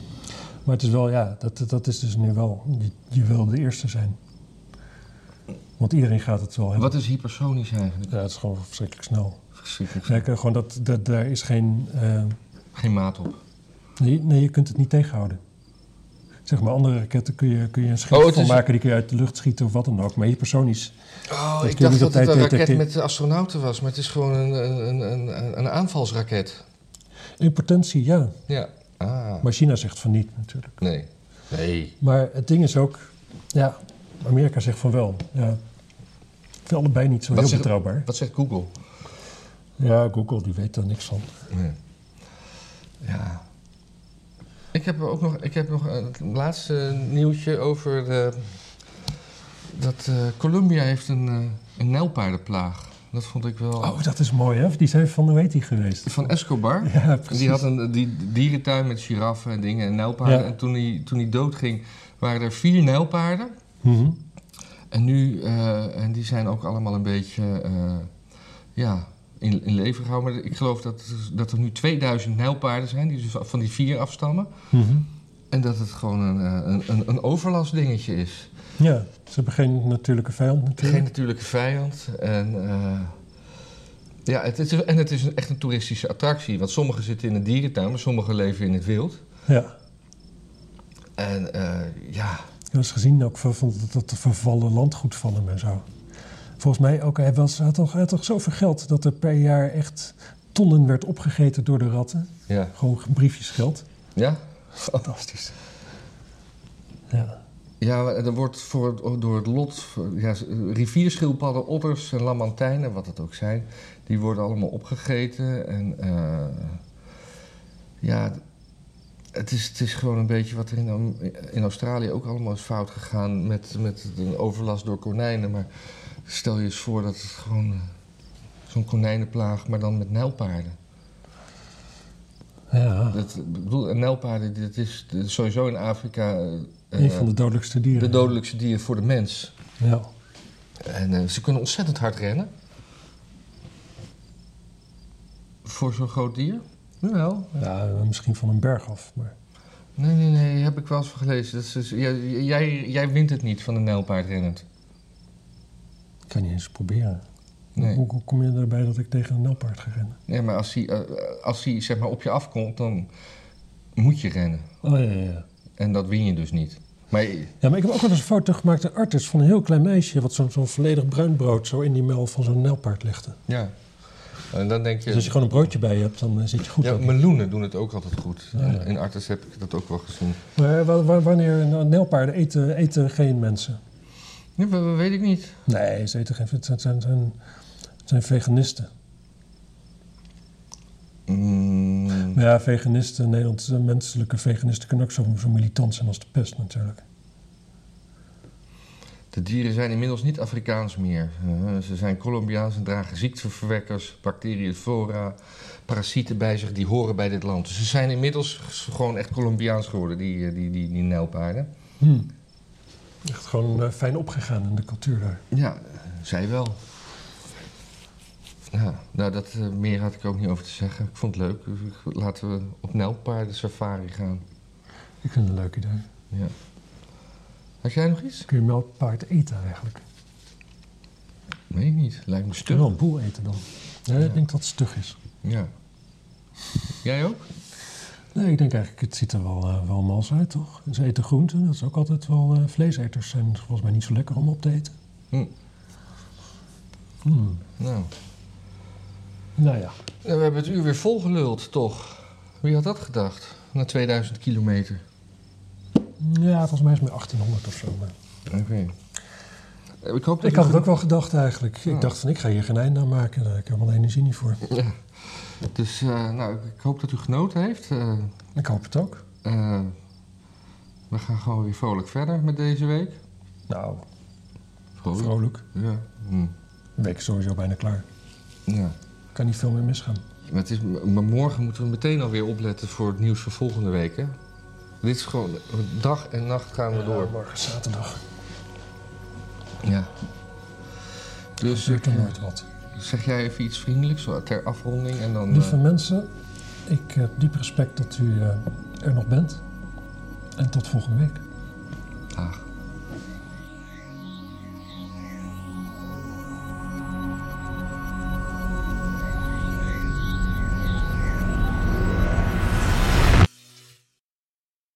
Maar het is wel, dat is dus nu wel... Je wil de eerste zijn. Want iedereen gaat het wel hebben. Wat is hypersonisch eigenlijk? Ja, het is gewoon verschrikkelijk snel. Verschrikkelijk. Kijk, gewoon daar is geen... Geen maat op. Nee, je kunt het niet tegenhouden. Zeg maar, andere raketten kun je een schiet van maken, die kun je uit de lucht schieten of wat dan ook. Maar hypersonisch... Ik dacht dat het een raket met astronauten was, maar het is gewoon een aanvalsraket. In potentie, ja. Ja. Maar China zegt van niet, natuurlijk. Nee. Maar het ding is ook... Ja, Amerika zegt van wel. Ja. Ik vind allebei niet zo heel betrouwbaar. Wat zegt Google? Ja, Google, die weet daar niks van. Nee. Ja. Ik heb nog een laatste nieuwtje over dat Colombia heeft een nijlpaardenplaag. Dat vond ik wel... Oh, dat is mooi, hè? Die zijn van, hoe heet die geweest? Van Escobar. Ja, precies. Die had een dierentuin met giraffen en dingen en nijlpaarden. Ja. En toen hij doodging, waren er 4 nijlpaarden. Mm-hmm. En nu, en die zijn ook allemaal een beetje, in leven gehouden. Maar ik geloof dat er nu 2000 nijlpaarden zijn, die dus van die 4 afstammen. Mm-hmm. En dat het gewoon een overlastdingetje is. Ja, ze hebben geen natuurlijke vijand natuurlijk. Geen natuurlijke vijand. En het is echt een toeristische attractie. Want sommigen zitten in een dierentuin, maar sommigen leven in het wild. Ja. En ja. Je hebt gezien ook van dat vervallen landgoed van hem en zo. Volgens mij ook, hij had toch zoveel geld dat er per jaar echt tonnen werd opgegeten door de ratten. Ja. Gewoon briefjes geld. Ja? Fantastisch. Ja. Ja, er wordt door het lot, rivierschildpadden, otters en lamantijnen, wat het ook zijn, die worden allemaal opgegeten. En het is gewoon een beetje wat er in Australië ook allemaal is fout gegaan met een overlast door konijnen. Maar stel je eens voor dat het gewoon zo'n konijnenplaag, maar dan met nijlpaarden. Ja. Nijlpaarden, dat is sowieso in Afrika... een van de dodelijkste dieren. De dodelijkste dieren voor de mens. Ja. En ze kunnen ontzettend hard rennen. Voor zo'n groot dier? Jawel. Ja, misschien van een berg af, maar... Nee, heb ik wel eens gelezen. Jij wint het niet van een nijlpaard rennend. Ik kan niet eens proberen. Nee. Hoe kom je erbij dat ik tegen een nijlpaard ga rennen? Nee, maar als hij zeg maar op je afkomt, dan moet je rennen. Oh ja. En dat win je dus niet. Maar ik heb ook wel eens een foto gemaakt in Artis van een heel klein meisje... wat zo'n volledig bruin brood zo in die muil van zo'n nijlpaard legde. Ja. En dan denk je... Dus als je gewoon een broodje bij je hebt, dan zit je goed. Ja, meloenen doen het ook altijd goed. Ja. In Artis heb ik dat ook wel gezien. Maar wanneer nijlpaarden eten geen mensen? Ja, weet ik niet. Nee, ze eten geen... Het zijn veganisten. Maar ja, veganisten, Nederlandse menselijke veganisten kunnen ook zo militant zijn als de pest natuurlijk. De dieren zijn inmiddels niet Afrikaans meer. Ze zijn Colombiaans en dragen ziekteverwekkers, bacteriën, flora, parasieten bij zich die horen bij dit land. Dus ze zijn inmiddels gewoon echt Colombiaans geworden, die nijlpaarden. Echt gewoon fijn opgegaan in de cultuur daar. Ja, zij wel. Ja, nou, meer had ik ook niet over te zeggen. Ik vond het leuk. Laten we op nijlpaarden safari gaan. Ik vind het een leuk idee. Ja. Had jij nog iets? Kun je nijlpaard eten eigenlijk? Nee, niet. Lijkt me stug. Kun je wel een boel eten dan? Nee, ik denk dat het stug is. Ja. Jij ook? Nee, ik denk eigenlijk, het ziet er wel mals uit, toch? Ze eten groenten, dat is ook altijd wel... vleeseters zijn volgens mij niet zo lekker om op te eten. Nou ja. We hebben het uur weer volgeluld, toch? Wie had dat gedacht? Na 2000 kilometer. Ja, volgens mij is het maar 1800 of zo. Oké. Ik had het ook wel gedacht eigenlijk. Ik dacht van, ik ga hier geen einde aan maken. Daar heb ik helemaal energie niet voor. Ja. Dus ik hoop dat u genoten heeft. Ik hoop het ook. We gaan gewoon weer vrolijk verder met deze week. Nou, vrolijk. Ja. De week is sowieso bijna klaar. Ja. Kan niet veel meer misgaan. Maar morgen moeten we meteen alweer opletten voor het nieuws van volgende week, hè? Dit is gewoon dag en nacht gaan we door. Morgen zaterdag. Ja. Dus er nooit wat. Zeg jij even iets vriendelijks ter afronding en dan... Lieve mensen, ik heb diep respect dat u er nog bent. En tot volgende week. Dag.